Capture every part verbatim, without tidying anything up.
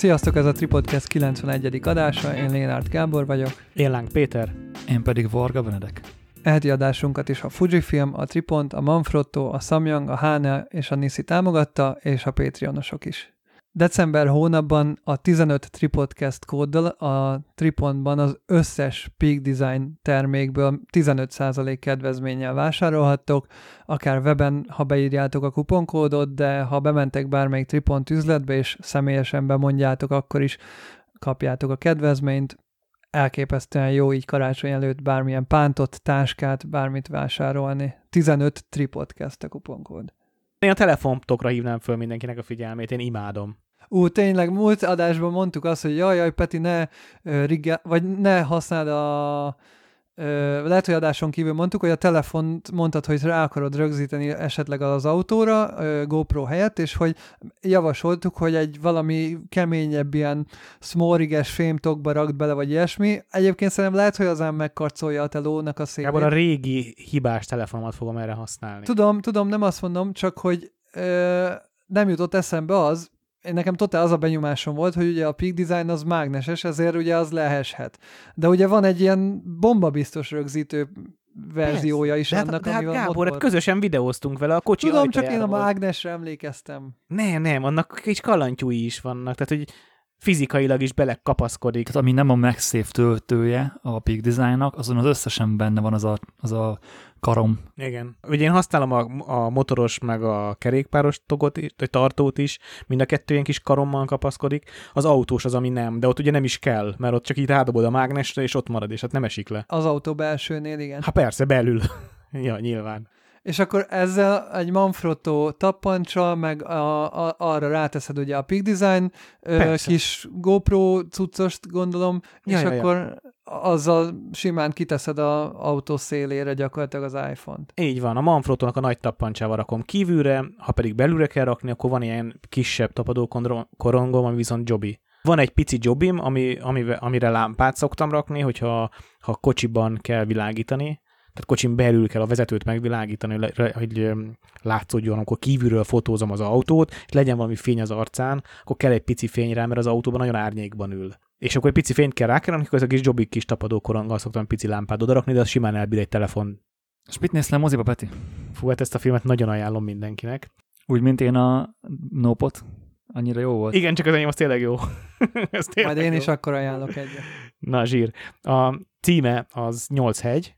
Sziasztok, ez a Tripodcast kilencvenegyedik adása, én Lénárt Gábor vagyok. Én Láng Péter. Én pedig Varga Benedek. Eheti adásunkat is a Fujifilm, a Tripont, a Manfrotto, a Samyang, a Hana és a Nissi támogatta, és a Patreonosok is. December hónapban a tizenöt Tripodcast kóddal a Tripontban az összes Peak Design termékből tizenöt százalék kedvezménnyel vásárolhattok, akár weben, ha beírjátok a kuponkódot, de ha bementek bármelyik Tripont üzletbe és személyesen bemondjátok, akkor is kapjátok a kedvezményt. Elképesztően jó így karácsony előtt bármilyen pántot, táskát, bármit vásárolni. tizenöt Tripodcast a kuponkód. Én a telefontokra hívnám föl mindenkinek a figyelmét, én imádom. Ú, tényleg, múlt adásban mondtuk azt, hogy jaj, jaj, Peti, ne uh, rigge, vagy ne használd a... Uh, lehet, hogy adáson kívül mondtuk, hogy a telefont mondtad, hogy rá akarod rögzíteni esetleg az autóra, uh, GoPro helyett, és hogy javasoltuk, hogy egy valami keményebb ilyen small-riges fémtokba rakd bele, vagy ilyesmi. Egyébként szerintem lehet, hogy azán megkarcolja a telónak a szélét. Gábor, a régi hibás telefonomat fogom erre használni. Tudom, tudom, nem azt mondom, csak hogy uh, nem jutott eszembe az, én nekem totál az a benyomásom volt, hogy ugye a Peak Design az mágneses, ezért ugye az leeshet. De ugye van egy ilyen bombabiztos rögzítő verziója is de annak, hát, de amivel hát Gábor, motor... hát közösen videóztunk vele, a kocsi Tudom, csak én a volt. mágnesre emlékeztem. Nem, nem, annak kis kalantyúi is vannak, tehát hogy fizikailag is belekapaszkodik. Tehát ami nem a MagSafe töltője a Peak Designnak, azon az összesen benne van az a, az a karom. Igen. Ugye én használom a, a motoros meg a kerékpáros togot, vagy tartót is, mind a kettő ilyen kis karommal kapaszkodik. Az autós az, ami nem, de ott ugye nem is kell, mert ott csak így rádobod a mágnesre, és ott marad, és hát nem esik le. Az autó belsőnél, igen. Hát persze, belül. Ja, nyilván. És akkor ezzel egy Manfrotto tappancsal, meg a, a, arra ráteszed ugye a Peak Design ö, kis GoPro cuccost, gondolom, ja, és ja, akkor ja. azzal simán kiteszed az autó szélére gyakorlatilag az iPhone-t. Így van, a Manfrottónak a nagy tappancsával rakom kívülre, ha pedig belülre kell rakni, akkor van ilyen kisebb tapadókorongom, ami viszont jobbi. Van egy pici jobbim, ami, amire, amire lámpát szoktam rakni, hogyha ha kocsiban kell világítani, tehát kocsin belül kell a vezetőt megvilágítani, hogy látszódjon, amikor kívülről fotózom az autót, és legyen valami fény az arcán, akkor kell egy pici fény rá, mert az autóban nagyon árnyékban ül. És akkor egy pici fényt kell rákerülni, akkor ez a kis jobbik kis tapadókoronggal szoktam pici lámpát odarakni, de az simán elbír egy telefon. És mit nézsz le moziba, Peti? Fú, hát ezt a filmet nagyon ajánlom mindenkinek. Úgy, mint én a Nópot? Annyira jó volt? Igen, csak az enyém az tényleg jó. Ez tényleg Majd én jó. is akkor ajánlok egyet. Na, zsír. A címe az Nyolc hegy.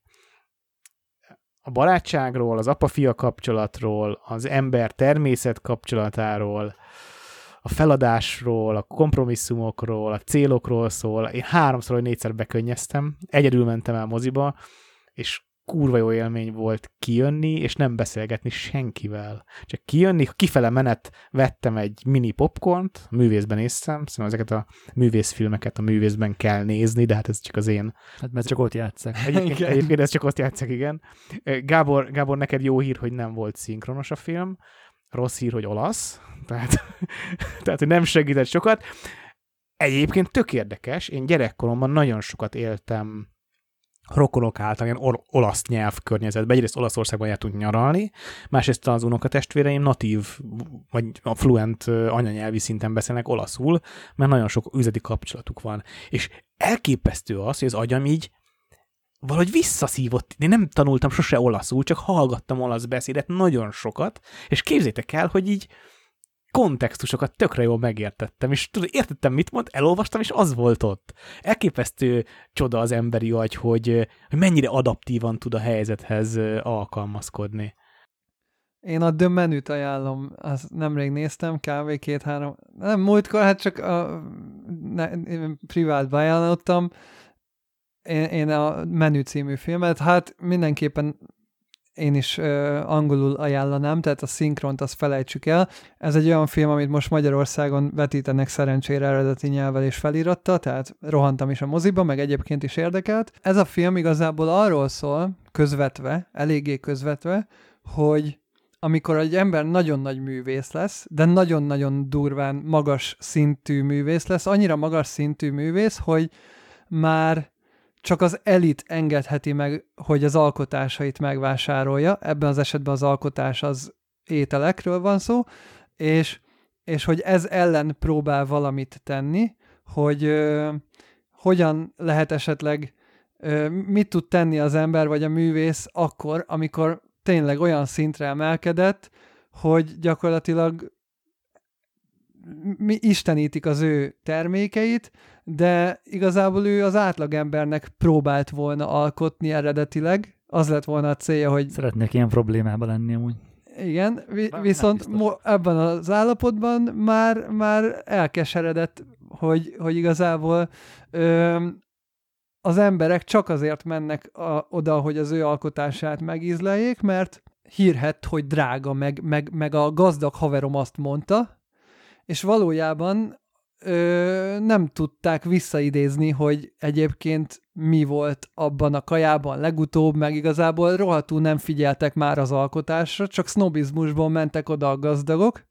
A barátságról, az apa-fia kapcsolatról, az ember-természet kapcsolatáról, a feladásról, a kompromisszumokról, a célokról szól. Én háromszor vagy négyszer bekönnyeztem, egyedül mentem el moziba, és kurva jó élmény volt kijönni, és nem beszélgetni senkivel. Csak kijönni, kifele menet vettem egy mini popcornt, művészben néztem, szóval ezeket a művészfilmeket a művészben kell nézni, de hát ez csak az én. Hát mert csak ott játszak. Egyébként, egyébként ez csak ott játszak, igen. Gábor, Gábor, neked jó hír, hogy nem volt szinkronos a film, rossz hír, hogy olasz, tehát, tehát hogy nem segített sokat. Egyébként tök érdekes, én gyerekkoromban nagyon sokat éltem rokonok által ilyen or- olasz nyelv környezetben. Egyrészt Olaszországban jártunk nyaralni, másrészt az unokatestvéreim natív, vagy a fluent anyanyelvi szinten beszélnek olaszul, mert nagyon sok üzleti kapcsolatuk van. És elképesztő az, hogy az agyam így valahogy visszaszívott. Én nem tanultam sose olaszul, csak hallgattam olasz beszédet nagyon sokat, és képzétek el, hogy így kontextusokat tökre jól megértettem, és tudod, értettem, mit mond, elolvastam, és az volt ott. Elképesztő csoda az emberi agy, hogy, hogy mennyire adaptívan tud a helyzethez alkalmazkodni. Én a The Menüt ajánlom, azt nemrég néztem, kb. két-három, nem múltkor, hát csak a ne, privátba ajánlottam, én, én a Menü című filmet, hát mindenképpen én is uh, angolul ajánlanám, tehát a szinkront azt felejtsük el. Ez egy olyan film, amit most Magyarországon vetítenek szerencsére eredeti nyelvvel és felirattal, tehát rohantam is a moziba, meg egyébként is érdekelt. Ez a film igazából arról szól, közvetve, eléggé közvetve, hogy amikor egy ember nagyon nagy művész lesz, de nagyon-nagyon durván magas szintű művész lesz, annyira magas szintű művész, hogy már csak az elit engedheti meg, hogy az alkotásait megvásárolja. Ebben az esetben az alkotás az ételekről van szó, és és hogy ez ellen próbál valamit tenni, hogy ö, hogyan lehet esetleg, ö, mit tud tenni az ember vagy a művész akkor, amikor tényleg olyan szintre emelkedett, hogy gyakorlatilag mi istenítik az ő termékeit, de igazából ő az átlagembernek próbált volna alkotni eredetileg. Az lett volna a célja, hogy... Szeretnék ilyen problémában lenni amúgy. Igen, vi- viszont mo- ebben az állapotban már, már elkeseredett, hogy, hogy igazából ö, az emberek csak azért mennek a, oda, hogy az ő alkotását megízleljék, mert hírhedt, hogy drága, meg, meg, meg a gazdag haverom azt mondta, és valójában ö, nem tudták visszaidézni, hogy egyébként mi volt abban a kajában legutóbb, meg igazából rohadtul nem figyeltek már az alkotásra, csak sznobizmusból mentek oda a gazdagok,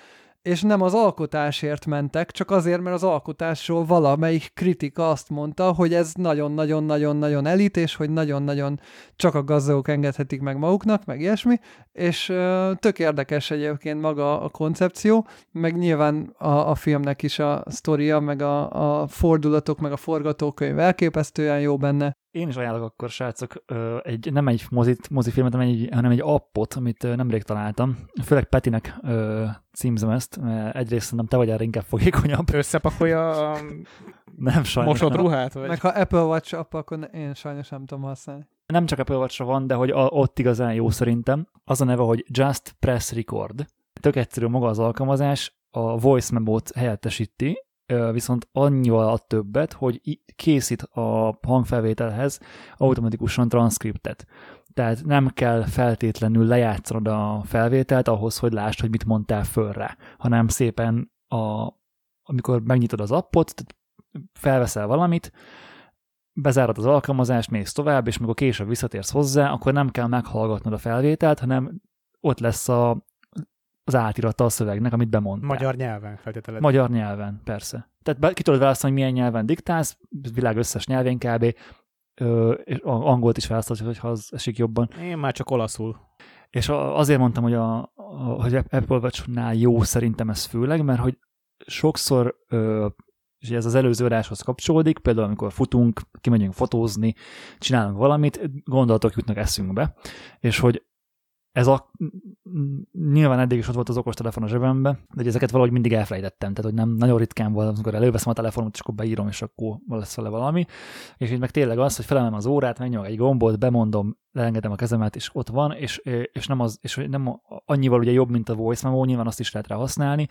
és nem az alkotásért mentek, csak azért, mert az alkotásról valamelyik kritika azt mondta, hogy ez nagyon-nagyon-nagyon-nagyon elit, és hogy nagyon-nagyon csak a gazdagok engedhetik meg maguknak, meg ilyesmi, és ö, tök érdekes egyébként maga a koncepció, meg nyilván a, a filmnek is a sztoria, meg a, a fordulatok, meg a forgatókönyv elképesztően jó benne. Én is ajánlok akkor, srácok, egy, nem egy mozit, mozifilmet, hanem egy, hanem egy appot, amit nemrég találtam. Főleg Petinek ö, címzem ezt, mert egyrészt szerintem te vagy erre inkább fogékonyabb. Összepakolja a nem, sajnos mosott nem. ruhát? Vagy? Meg ha Apple Watch app, akkor én sajnos nem tudom használni. Nem csak Apple Watch-ra van, de hogy a, ott igazán jó szerintem. Az a neve, hogy Just Press Record. Tök egyszerű maga az alkalmazás, a voice memo-t helyettesíti, viszont annyival a többet, hogy készít a hangfelvételhez automatikusan transzkriptet. Tehát nem kell feltétlenül lejátszanod a felvételt ahhoz, hogy lásd, hogy mit mondtál föl rá, hanem szépen, a, amikor megnyitod az appot, felveszel valamit, bezárod az alkalmazást, mész tovább, és amikor később visszatérsz hozzá, akkor nem kell meghallgatnod a felvételt, hanem ott lesz a az átirata a szövegnek, amit bemondtál. Magyar nyelven feltételed. Magyar nyelven, persze. Tehát be, ki tudod választani, hogy milyen nyelven diktálsz, világ összes nyelvén kb. Ö, és angolt is választod, hogyha az esik jobban. Én már csak olaszul. És a, azért mondtam, hogy, a, a, hogy Apple Watch-nál jó szerintem ez főleg, mert hogy sokszor, ö, és ez az előző adáshoz kapcsolódik, például amikor futunk, kimegyünk fotózni, csinálunk valamit, gondolatok jutnak eszünkbe, és hogy ez a, nyilván eddig is ott volt az okostelefon a zsebembe, de ezeket valahogy mindig elfelejtettem, tehát hogy nem nagyon ritkán volt, amikor előveszem a telefonomat, és akkor beírom, és akkor lesz vele valami. És így meg tényleg az, hogy felemelem az órát, megnyomok egy gombot, bemondom, leengedem a kezemet, és ott van, és, és, nem, az, és nem annyival ugye jobb, mint a voice memo, nyilván azt is lehet rá használni,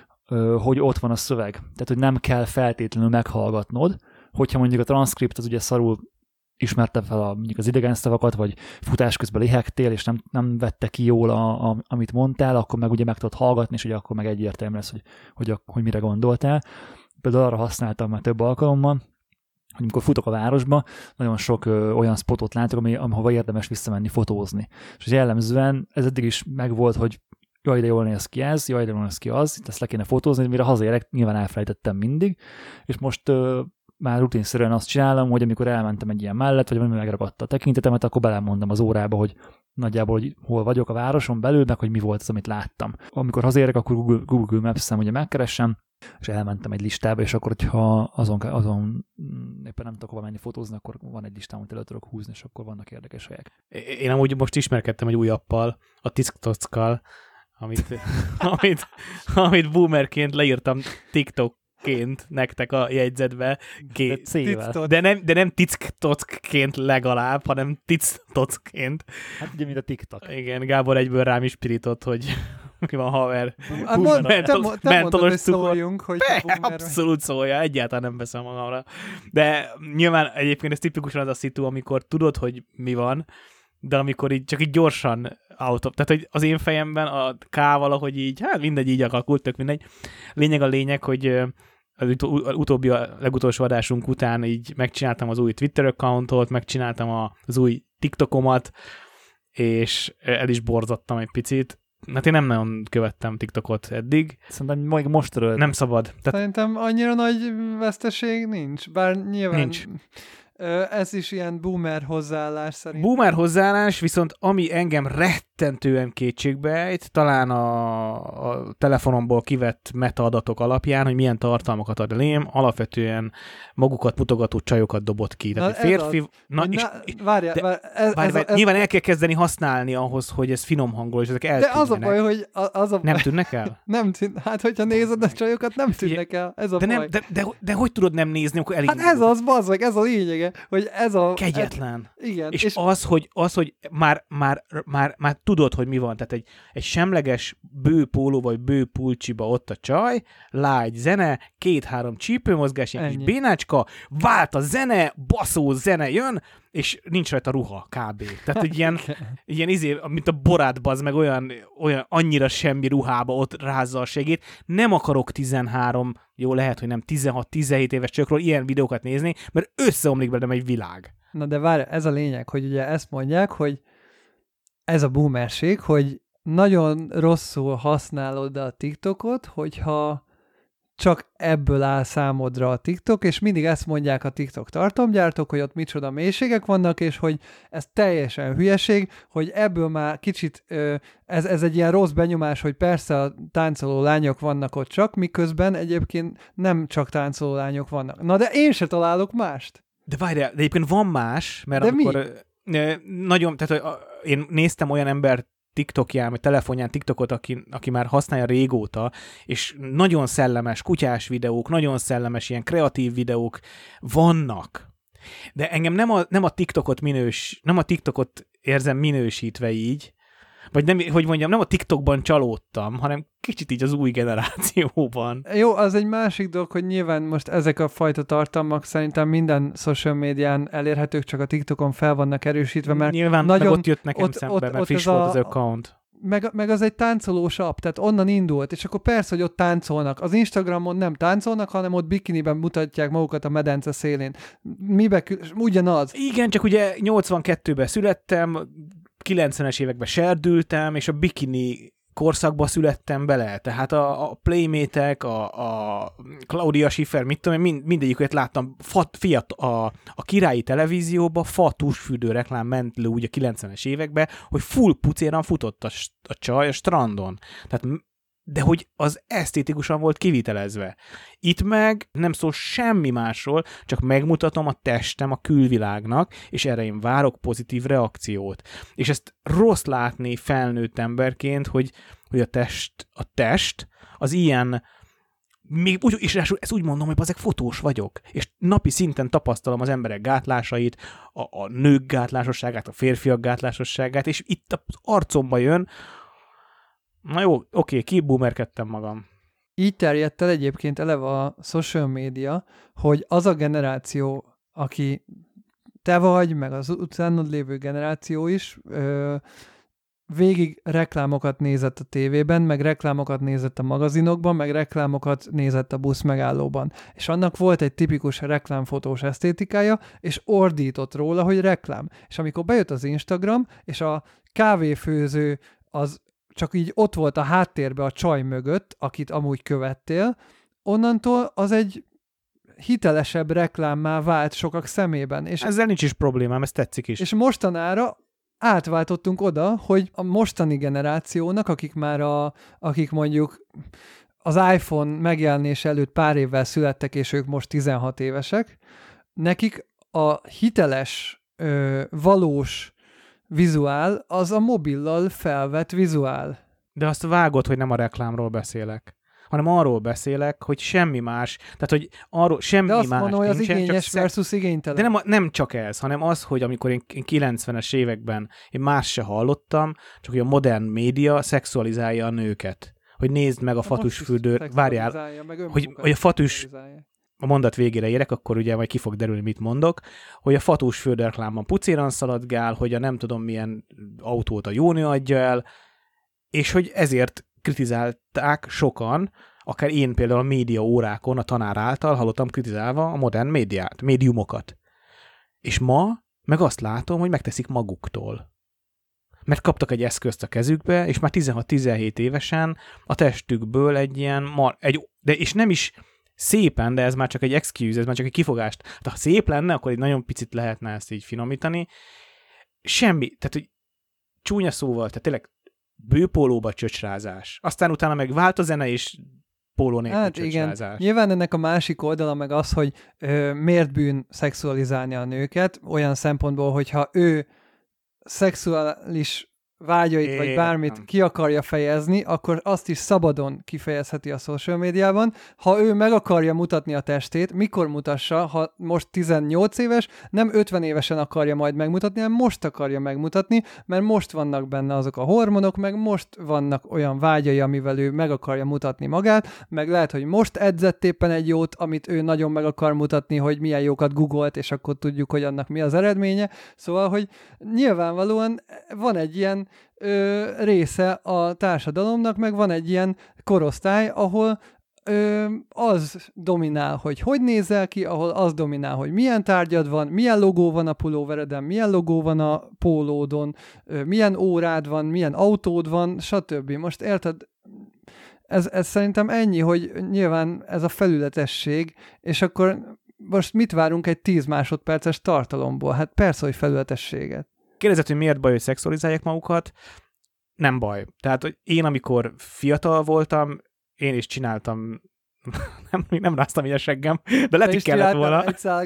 hogy ott van a szöveg. Tehát, hogy nem kell feltétlenül meghallgatnod, hogyha mondjuk a transzkript az ugye szarul ismerte fel a, mondjuk az idegen szavakat, vagy futás közben lihegtél, és nem, nem vette ki jól, a, a, amit mondtál, akkor meg ugye meg tudod hallgatni, és ugye akkor meg egyértelmű lesz, hogy, hogy, a, hogy mire gondoltál. Például arra használtam már több alkalommal, hogy amikor futok a városba, nagyon sok ö, olyan spotot látok, ami, ahova érdemes visszamenni fotózni. És jellemzően ez eddig is megvolt, hogy jaj, de jól néz ki ez, jaj, de jól néz ki az, ezt le kéne fotózni, mire hazaérek, nyilván elfelejtettem mindig, és most ö, már rutinszerűen azt csinálom, hogy amikor elmentem egy ilyen mellett, vagy valami megragadta a tekintetemet, akkor belemondom az órába, hogy nagyjából, hogy hol vagyok a városon belül, meg hogy mi volt az, amit láttam. Amikor hazérek, akkor Google, Google Maps-en ugye megkeressem, és elmentem egy listába, és akkor, hogyha azon, azon éppen nem tudok hova menni fotózni, akkor van egy listám, amit elő tudok húzni, és akkor vannak érdekes helyek. Én amúgy most ismerkedtem egy új appal, a TikTokkal, amit, amit, amit boomerként leírtam TikTok ként nektek a jegyzetbe. Ké... De, de nem, de nem TikTokként legalább, hanem TikTokként. Hát ugye, mint a TikTok. Igen, Gábor egyből rám is pirított, hogy mi van, haver. Hát mond, te, te mondod, hogy szóljunk, hogy Be, abszolút szólja, egyáltalán nem veszem magamra. De nyilván egyébként ez tipikusan az a szitu, amikor tudod, hogy mi van, de amikor így csak így gyorsan autó, tehát hogy az én fejemben a K valahogy így, hát mindegy, így alakult, tök mindegy. Lényeg a lényeg, hogy az ut- utóbbi, a legutolsó adásunk után így megcsináltam az új Twitter accountot, megcsináltam az új TikTokomat, és el is borzadtam egy picit. Hát én nem nagyon követtem TikTokot eddig. Szerintem majd most törölt. Nem szabad. Tehát... Szerintem annyira nagy veszteség nincs, bár nyilván... Nincs. Ö, ez is ilyen boomer hozzáállás szerint. Boomer hozzáállás, viszont ami engem rettentően kétségbeejt, talán a, a telefonomból kivett metaadatok alapján, hogy milyen tartalmakat ad elém, alapvetően magukat mutogató csajokat dobott ki. Tehát Na, egy férfi... Az, na, és, na, várjál, de, várjál, ez, várj, ez, várj, ez, nyilván el kell kezdeni használni ahhoz, hogy ez finom hangol, és ezek de eltűnjenek. az a baj, hogy az a baj, Nem tűnnek el? Nem tűn, hát hogyha nézed a csajokat, nem tűnnek el. Ez a de, baj. nem, de, de, de hogy tudod nem nézni, akkor elindul? Hát ez az, bazd meg, ez a lényege, hogy ez a... Kegyetlen. Ez, igen. És, és az, hogy, az, hogy már, már, már, már tudod, hogy mi van. Tehát egy, egy semleges bő póló vagy bő pulcsiba ott a csaj, lágy zene, két-három csípőmozgás, ilyen kis bénácska, vált a zene, baszó zene jön, és nincs rajta ruha, kb. Tehát egy ilyen, ilyen izé, mint a Borát, bazd meg, olyan, olyan annyira semmi ruhába ott rázza a segét. Nem akarok tizenhárom, jó, lehet, hogy nem tizenhat-tizenhét éves csökről ilyen videókat nézni, mert összeomlik belőlem egy világ. Na de várj, ez a lényeg, hogy ugye ezt mondják, hogy ez a boomerség, hogy nagyon rosszul használod a TikTokot, hogyha csak ebből áll számodra a TikTok, és mindig ezt mondják a TikTok tartalomgyártók, hogy ott micsoda mélységek vannak, és hogy ez teljesen hülyeség, hogy ebből már kicsit, ez, ez egy ilyen rossz benyomás, hogy persze a táncoló lányok vannak ott csak, miközben egyébként nem csak táncoló lányok vannak. Na de én se találok mást. De várjál, de egyébként van más, mert de amikor mi? nagyon, tehát én néztem olyan embert TikTokján, vagy telefonján TikTokot, aki, aki már használja régóta, és nagyon szellemes kutyás videók, nagyon szellemes ilyen kreatív videók vannak. De engem nem a, nem a TikTokot minős, nem a TikTokot érzem minősítve így, vagy nem, hogy mondjam, nem a TikTokban csalódtam, hanem kicsit így az új generációban. Jó, az egy másik dolog, hogy nyilván most ezek a fajta tartalmak szerintem minden social médián elérhetők, csak a TikTokon fel vannak erősítve, mert nyilván nagyon, meg ott jött nekem ott, szembe, ott, mert ott friss az volt a, az account. Meg, meg az egy táncolós app, tehát onnan indult, és akkor persze, hogy ott táncolnak. Az Instagramon nem táncolnak, hanem ott bikiniben mutatják magukat a medence szélén. Mibe, ugyanaz. Igen, csak ugye nyolcvankettőben születtem, kilencvenes években serdültem, és a bikini korszakba születtem bele. Tehát a, a Playmate-ek, a, a Claudia Schiffer, mit tudom én, mind, mindegyiket láttam fa, fiat, a, a királyi televízióban fa tusfürdő reklám ment le úgy a kilencvenes években, hogy full pucéran futott a, a csaj a strandon. Tehát de hogy az esztétikusan volt kivitelezve. Itt meg nem szól semmi másról, csak megmutatom a testem a külvilágnak, és erre én várok pozitív reakciót. És ezt rossz látni felnőtt emberként, hogy, hogy a test, a test az ilyen, még úgy, és ezt úgy mondom, hogy ezek fotós vagyok, és napi szinten tapasztalom az emberek gátlásait, a, a nők gátlásosságát, a férfiak gátlásosságát, és itt az arcomba jön. Na jó, oké, kiboomerkedtem magam. Így terjedt el egyébként eleve a social media, hogy az a generáció, aki te vagy, meg az utánod lévő generáció is, ö, végig reklámokat nézett a tévében, meg reklámokat nézett a magazinokban, meg reklámokat nézett a buszmegállóban. És annak volt egy tipikus reklámfotós esztétikája, és ordított róla, hogy reklám. És amikor bejött az Instagram, és a kávéfőző az csak így ott volt a háttérbe a csaj mögött, akit amúgy követtél, onnantól az egy hitelesebb reklámmá vált sokak szemében. És ezzel nincs is problémám, ez tetszik is. És mostanára átváltottunk oda, hogy a mostani generációnak, akik már a, akik mondjuk az iPhone megjelenés előtt pár évvel születtek, és ők most tizenhat évesek, nekik a hiteles, ö, valós vizuál, az a mobillal felvett vizuál. De azt vágod, hogy nem a reklámról beszélek, hanem arról beszélek, hogy semmi más, tehát, hogy arról semmi más. De azt más mondom, hogy az nincsen, igényes csak versus igénytelen. De nem, nem csak ez, hanem az, hogy amikor én kilencvenes években én más se hallottam, csak hogy a modern média szexualizálja a nőket. Hogy nézd meg a fatusfürdő, várjál, hogy, hogy a fatus, a mondat végére érek, akkor ugye majd ki fog derülni, mit mondok, hogy a fatús földreklámban pucéran szaladgál, hogy a nem tudom milyen autót a Jóni adja el, és hogy ezért kritizálták sokan, akár én például a média órákon a tanár által hallottam kritizálva a modern médiát, médiumokat. És ma meg azt látom, hogy megteszik maguktól. Mert kaptak egy eszközt a kezükbe, és már tizenhat-tizenhét évesen a testükből egy ilyen, mar, egy, de és nem is szépen, de ez már csak egy excuse, ez már csak egy kifogást. Tehát ha szép lenne, akkor egy nagyon picit lehetne ezt így finomítani. Semmi, tehát hogy csúnya szóval, tehát tényleg bőpólóba csöcsrázás. Aztán utána meg vált a zene, és póló nélkül hát csöcsrázás. Igen. Nyilván ennek a másik oldala meg az, hogy ö, miért bűn szexualizálni a nőket, olyan szempontból, hogyha ő szexuális vágyait, vagy bármit ki akarja fejezni, akkor azt is szabadon kifejezheti a social médiában. Ha ő meg akarja mutatni a testét, mikor mutassa, ha most tizennyolc éves, nem ötven évesen akarja majd megmutatni, hanem most akarja megmutatni, mert most vannak benne azok a hormonok, meg most vannak olyan vágyai, amivel ő meg akarja mutatni magát, meg lehet, hogy most edzett éppen egy jót, amit ő nagyon meg akar mutatni, hogy milyen jókat googolt, és akkor tudjuk, hogy annak mi az eredménye. Szóval, hogy nyilvánvalóan van egy ilyen Ö, része a társadalomnak, meg van egy ilyen korosztály, ahol ö, az dominál, hogy hogy nézel ki, ahol az dominál, hogy milyen tárgyad van, milyen logó van a pulóvereden, milyen logó van a pólódon, ö, milyen órád van, milyen autód van, stb. Most érted, ez, ez szerintem ennyi, hogy nyilván ez a felületesség, és akkor most mit várunk egy tíz másodperces tartalomból? Hát persze, hogy felületességet. Kérdezett, hogy miért baj, hogy szexualizálják magukat. Nem baj. Tehát, hogy én, amikor fiatal voltam, én is csináltam, nem, nem ráztam ilyen seggem, de lehet, hogy kellett volna.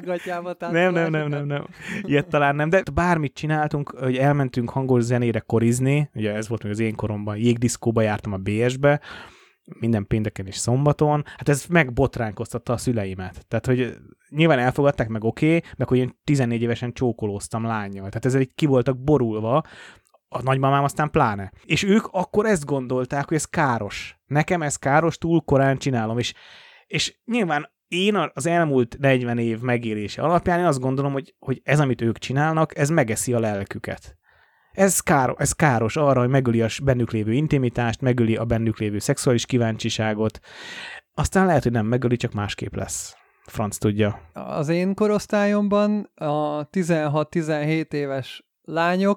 Nem, nem, nem, nem, nem. Ilyet talán nem, de bármit csináltunk, hogy elmentünk hangos zenére korizni, ugye ez volt még az én koromban, jégdiszkóba jártam a bé es-be, minden pénteken és szombaton, hát ez megbotránkoztatta a szüleimet. Tehát, hogy nyilván elfogadták, meg oké, okay, meg hogy én tizennégy évesen csókolóztam lánnyal. Tehát ezzel így ki voltak borulva, a nagymamám aztán pláne. És ők akkor ezt gondolták, hogy ez káros. Nekem ez káros, túl korán csinálom, és, és nyilván én az elmúlt negyven év megélése alapján én azt gondolom, hogy, hogy ez, amit ők csinálnak, ez megeszi a lelküket. Ez, káro, ez káros arra, hogy megöli a bennük lévő intimitást, megöli a bennük lévő szexuális kíváncsiságot. Aztán lehet, hogy nem megöli, csak másképp lesz. Franc tudja. Az én korosztályomban a tizenhat-tizenhét éves lányok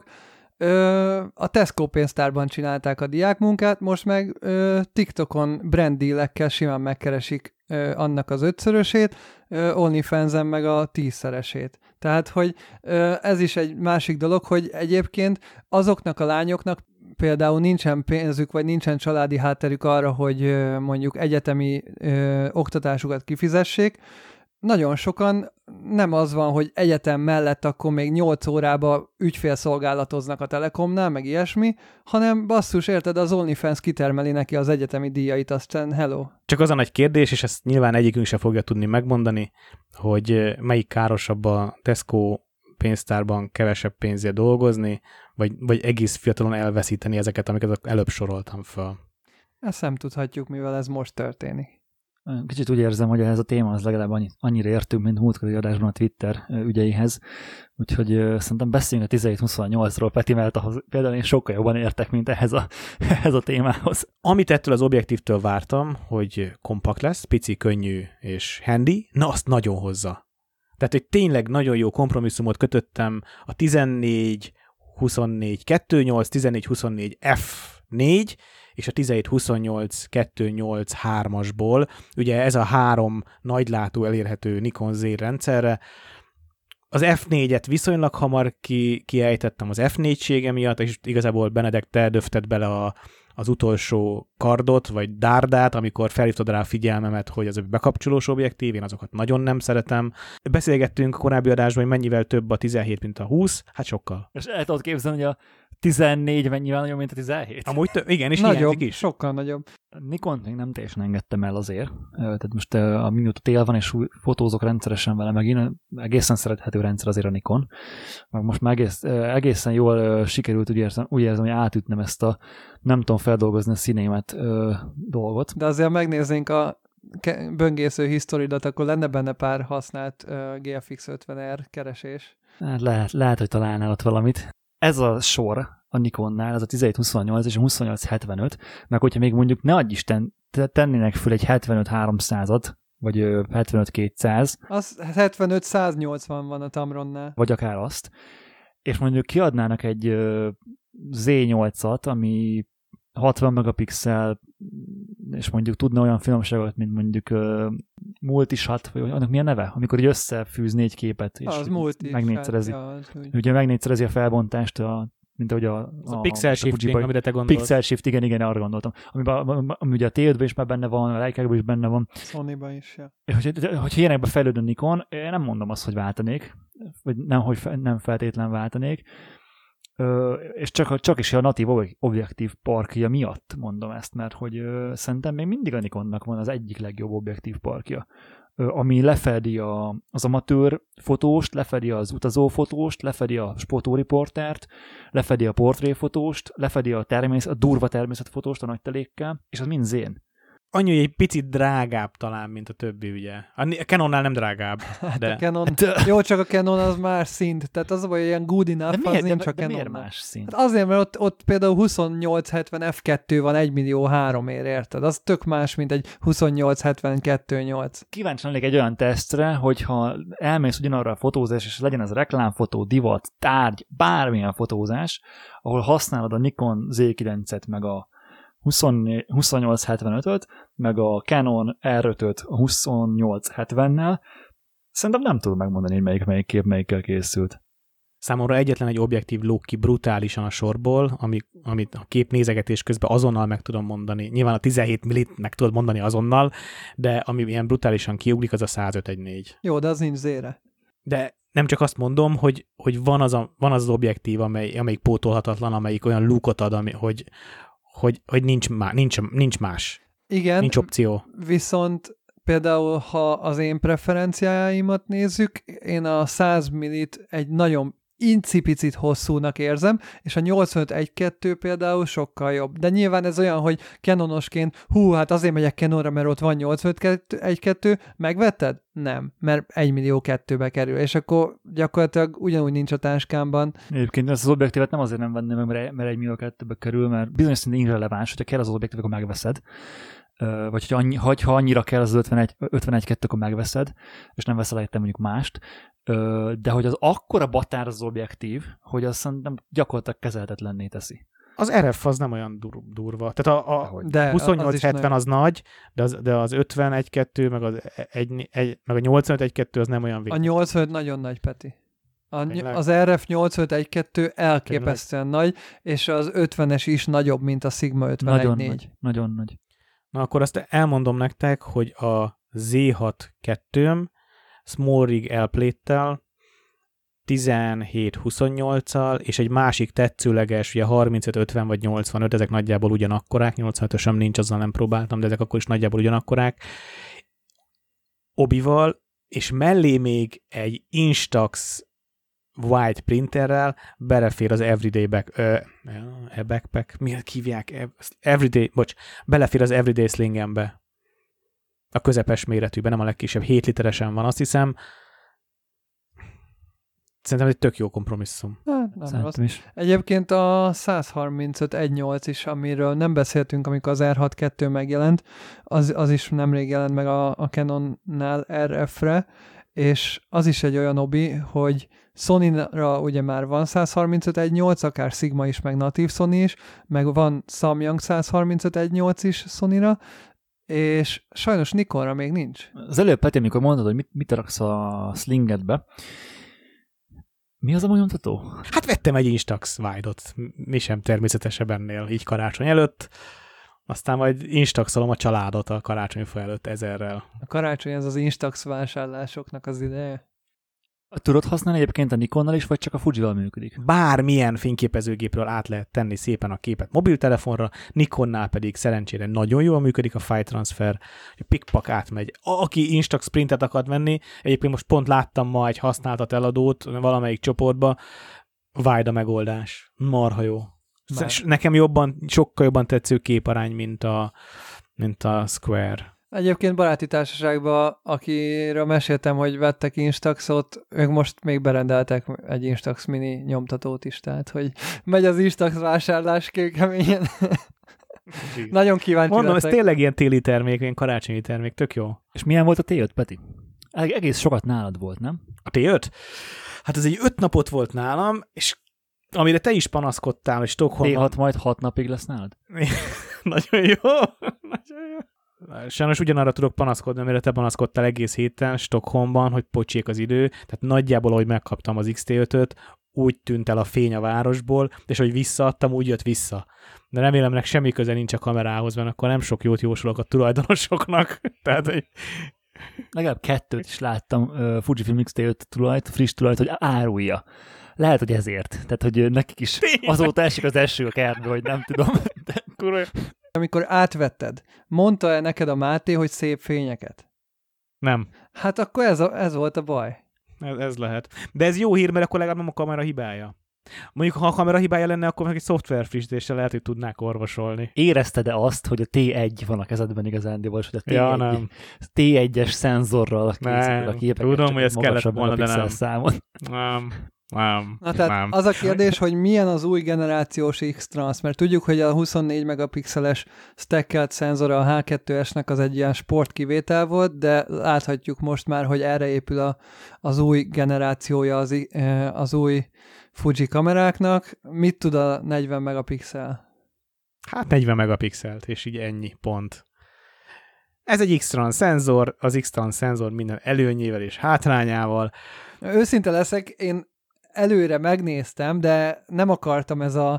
ö, a Tesco pénztárban csinálták a diákmunkát, most meg ö, TikTokon brand dealekkel simán megkeresik ö, annak az ötszörösét, ö, OnlyFans-en meg a tízszeresét. Tehát, hogy ö, ez is egy másik dolog, hogy egyébként azoknak a lányoknak például nincsen pénzük, vagy nincsen családi hátterük arra, hogy ö, mondjuk egyetemi ö, oktatásukat kifizessék. Nagyon sokan nem az van, hogy egyetem mellett akkor még nyolc órába ügyfélszolgálatoznak a Telekomnál, meg ilyesmi, hanem basszus, érted, az OnlyFans kitermeli neki az egyetemi díjait, aztán hello. Csak az a nagy kérdés, és ezt nyilván egyikünk se fogja tudni megmondani, hogy melyik károsabb a Tesco pénztárban kevesebb pénzért dolgozni, vagy, vagy egész fiatalon elveszíteni ezeket, amiket előbb soroltam fel. Ezt nem tudhatjuk, mivel ez most történik. Kicsit úgy érzem, hogy ez a téma az legalább annyi, annyira értünk, mint múltkori adásban a Twitter ügyeihez. Úgyhogy uh, szerintem beszéljünk a tizenhét huszonnyolcról, Peti, mert ahhoz például én sokkal jobban értek, mint ehhez a, ehhez a témához. Amit ettől az objektívtől vártam, hogy kompakt lesz, pici, könnyű és handy, na azt nagyon hozza. Tehát, hogy tényleg nagyon jó kompromisszumot kötöttem a tizennégy huszonnégy kettőnyolc, tizennégy huszonnégy ef négy, és a tizenhét huszonnyolc kettőnyolc hármasból, ugye ez a három nagylátó elérhető Nikon Z rendszerre. Az ef négyet viszonylag hamar ki, kiejtettem az ef négysége miatt, és igazából Benedek, te döfted bele a, az utolsó kardot, vagy dárdát, amikor felhívtad rá a figyelmemet, hogy az a bekapcsolós objektív, én azokat nagyon nem szeretem. Beszélgettünk a korábbi adásban, hogy mennyivel több a tizenhét, mint a húsz, hát sokkal. És el tudod képzelni, hogy a tizennégy mennyivel nagyobb, mint a tizenhét? Amúgy tö- igen, és nagyobb, hiányzik is. Sokkal nagyobb. Nikont még nem teljesen engedtem el azért. Tehát most a minőtt tél van, és fotózok rendszeresen vele, meg én egészen szerethető rendszer azért a Nikon. Meg most már egész, egészen jól sikerült, úgy érzem, úgy érzem, hogy átütnem ezt a nem tudom feldolgozni a színémet dolgot. De azért megnéznénk a böngésző historidat, akkor lenne benne pár használt G F X ötven R keresés. Hát lehet, lehet, hogy találnál ott valamit. Ez a sor a Nikonnál, ez a tizenhét huszonnyolc és a huszonnyolc hetvenöt, meg hogyha még mondjuk ne adj Isten, tennének föl egy hetvenöt háromszázat, vagy hetvenöt kétszáz. Az hetvenöt száznyolcvan van a Tamronnál. Vagy akár azt. És mondjuk kiadnának egy Z nyolcat, ami hatvan megapixel, és mondjuk tudna olyan finomságot, mint mondjuk multisat, vagy annak milyen neve? Amikor így összefűz négy képet, és az multi megnégyszerezi. Ja, az úgy. Ugye megnégyszerezi a felbontást, a, mint ahogy a... Az a, a pixel shifting, amire te gondolsz. Pixel shift, igen, igen, arra gondoltam. Amiben, ami ugye a té ötben is már benne van, a Leica-ban is benne van. Sony-ban is, ja. Hogy, hogyha ilyenekbe fejlődön Nikon, én nem mondom azt, hogy váltanék, vagy nem, hogy fe, nem feltétlen váltanék, ö, és csak, csak is a natív objektív parkja miatt mondom ezt, mert hogy ö, szerintem még mindig a Nikonnak van az egyik legjobb objektív parkja, ö, ami lefedi a, az amatőr fotóst, lefedi az utazófotóst, lefedi a sportóriportert, lefedi a portréfotóst, lefedi a, természet, a durva természetfotóst a nagy telékkel, és az mind zén. Annyi, hogy egy picit drágább talán, mint a többi, ugye. A Canonnál nem drágább. De... A Canon, jó, csak a Canon az más szint, tehát az a baj, hogy ilyen good enough, de miért, az nincs de, a Canon. miért más szint? Hát azért, mert ott, ott például huszonnyolc hetven ef kettő van egy millió háromért, érted? Az tök más, mint egy huszonnyolc hetven kettő nyolc. Kíváncsi lennék egy olyan tesztre, hogyha elmész ugyanarra a fotózás, és legyen ez reklámfotó, divat, tárgy, bármilyen fotózás, ahol használod a Nikon zé kilencet, meg a huszonnyolc hetvenötöt, meg a Canon er ötöt a huszonnyolc hetvennel, szerintem nem tudom megmondani, hogy melyik, melyik kép melyikkel készült. Számomra egyetlen egy objektív lóg ki brutálisan a sorból, ami, amit a képnézegetés közben azonnal meg tudom mondani. Nyilván a tizenhét millit meg tudod mondani azonnal, de ami ilyen brutálisan kiugrik, az a száz öt egy négy. Jó, de az nincs zére. De nem csak azt mondom, hogy, hogy van, az a, van az az objektív, amely, amelyik pótolhatatlan, amelyik olyan lookot ad, ami, hogy hogy, hogy nincs, má, nincs, nincs más. Igen, nincs opció. Viszont például, ha az én preferenciáimat nézzük, én a száz millit egy nagyon incipicit hosszúnak érzem, és a nyolcvanöt egy kettő például sokkal jobb. De nyilván ez olyan, hogy Canonosként, hú, hát azért megyek Canonra, mert ott van nyolcvanöt egy kettő, megvetted? Nem, mert egy millió kettőbe kerül, és akkor gyakorlatilag ugyanúgy nincs a táskámban. Egyébként ezt az objektívet nem azért nem venném meg, mert egy millió kettőbe kerül, mert bizonyos szinten irreleváns, hogyha kell az objektív, akkor megveszed. Vagy hogyha annyi, ha annyira kell az ötvenegy kettő, akkor megveszed, és nem veszel helyette mondjuk mást. De hogy az akkora batár az objektív, hogy azt szerintem gyakorlatilag kezelhetetlenné teszi. Az er ef az nem olyan dur- durva. Tehát a, a de huszonnyolc hetven az, az nagy, de az, de az ötvenegy kettő, meg, az egy, egy, meg a nyolcvanöt egy kettő az nem olyan végig. A nyolcvanöt nagyon nagy, Peti. A, az er ef nyolcvanöt egy kettő elképesztően Tényleg. nagy, és az ötvenes is nagyobb, mint a Sigma ötvenegy négy. Nagyon nagy, nagyon nagy. Na akkor azt elmondom nektek, hogy a zé hat kettőm Small Rig L-plate-tel, tizenhét huszonnyolccal, és egy másik tetszőleges, ugye harmincöt ötven vagy nyolcvanöt, ezek nagyjából ugyanakkorák, nyolcvanötösöm nincs, azzal nem próbáltam, de ezek akkor is nagyjából ugyanakkorák, obival, és mellé még egy Instax white printerrel belefér az Everyday back, ö, backpack, miért hívják? Everyday, bocs, belefér az Everyday Slingembe. A közepes méretűben, nem a legkisebb, hét literesen van, azt hiszem. Szerintem egy tök jó kompromisszum. Hát, nem rossz. Is. Egyébként a száz harmincöt egy nyolc is, amiről nem beszéltünk, amikor az er hat kettő megjelent, az, az is nemrég jelent meg a, a Canonnál er ef-re, és az is egy olyan obi, hogy Sony-ra ugye már van száz harmincöt egy nyolc, akár Sigma is, meg natív Sony is, meg van Samyang száz harmincöt egy nyolc is Sony-ra, és sajnos Nikonra még nincs. Az előbb, Peti, amikor mondod, hogy mit, mit raksz a slingedbe, mi az a nyomtató? Hát vettem egy Instax Wide-ot, mi sem természetesebb ennél, így karácsony előtt, aztán majd Instaxolom a családot a karácsonyfa előtt ezerrel. A karácsony az az Instax vásárlásoknak az ideje. Tudod használni egyébként a Nikonnal is, vagy csak a Fujival működik? Bármilyen fényképezőgépről át lehet tenni szépen a képet mobiltelefonra, Nikonnál pedig szerencsére nagyon jól működik a file transfer, a pikpak átmegy. Aki Instax printet akar venni, egyébként most pont láttam ma egy használtat eladót valamelyik csoportba, Wide a megoldás. Marha jó. Már. Nekem jobban, sokkal jobban tetsző képarány, mint a, mint a Square. Egyébként baráti társaságban, akiről meséltem, hogy vettek Instaxot, ők most még berendeltek egy Instax mini nyomtatót is, tehát hogy megy az Instax vásárlás kőkeményen. Nagyon kíváncsi Mondom, lettek. Ez tényleg ilyen téli termék, ilyen karácsonyi termék, tök jó. És milyen volt a té öt, Peti? Egész sokat nálad volt, nem? A té öt? Hát ez egy öt napot volt nálam, és amire te is panaszkodtál, hogy Stockholmban... té hat majd hat napig lesz nálad? Nagyon jó. Nagyon jó. sajnos ugyanarra tudok panaszkodni, amire te panaszkodtál egész héten Stockholmban, hogy pocsék az idő, tehát nagyjából, ahogy megkaptam az iksz té ötöt, úgy tűnt el a fény a városból, és hogy visszaadtam, úgy jött vissza. De remélem, ennek semmi köze nincs a kamerához, mert akkor nem sok jót jósolok a tulajdonosoknak. Tehát, hogy... Legalább kettőt is láttam uh, Fujifilm iksz té öt tulajt, friss tulajt, hogy árulja. Lehet, hogy ezért. Tehát, hogy nekik is azóta esik az eső a kertbe, hogy nem tudom. De... Amikor átvetted, mondta-e neked a Máté, hogy szép fényeket? Nem. Hát akkor ez, a, ez volt a baj. Ez, ez lehet. De ez jó hír, mert akkor legalább nem a kamera hibája. Mondjuk, ha a kamera hibája lenne, akkor meg egy szoftver frissítéssel lehet, hogy tudnák orvosolni. Érezted-e azt, hogy a té egy van a kezedben igazándiból, hogy a té egy, ja, nem. té egyes szenzorral készül a képeket, tudom, hogy ez kellett volna, de nem. Számon. Nem. Nem, Na tehát nem. az a kérdés, hogy milyen az új generációs X-Trans, mert tudjuk, hogy a huszonnégy megapixeles stackelt szenzora a há kettő esnek az egy ilyen sportkivétel volt, de láthatjuk most már, hogy erre épül a, az új generációja az, az új Fuji kameráknak. Mit tud a negyven megapixel? Hát negyven megapixelt, és így ennyi, pont. Ez egy X-Trans szenzor, az X-Trans szenzor minden előnyével és hátrányával. Őszinte leszek, én előre megnéztem, de nem akartam ez a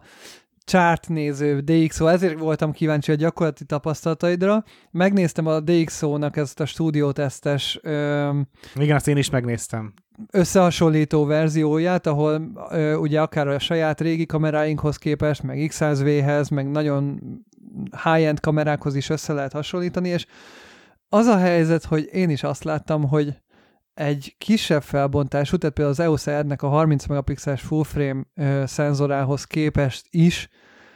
chartnéző dé iksz o, ezért voltam kíváncsi a gyakorlati tapasztalataidra. Megnéztem a dé iksz o-nak ezt a stúdiótesztes öm, igen, azt én is megnéztem. Összehasonlító verzióját, ahol ö, ugye akár a saját régi kameráinkhoz képest, meg iksz száz vé-hez, meg nagyon high-end kamerákhoz is össze lehet hasonlítani, és az a helyzet, hogy én is azt láttam, hogy egy kisebb felbontású, tehát például az e o es R-nek a harminc megapixeles full frame ö, szenzorához képest is,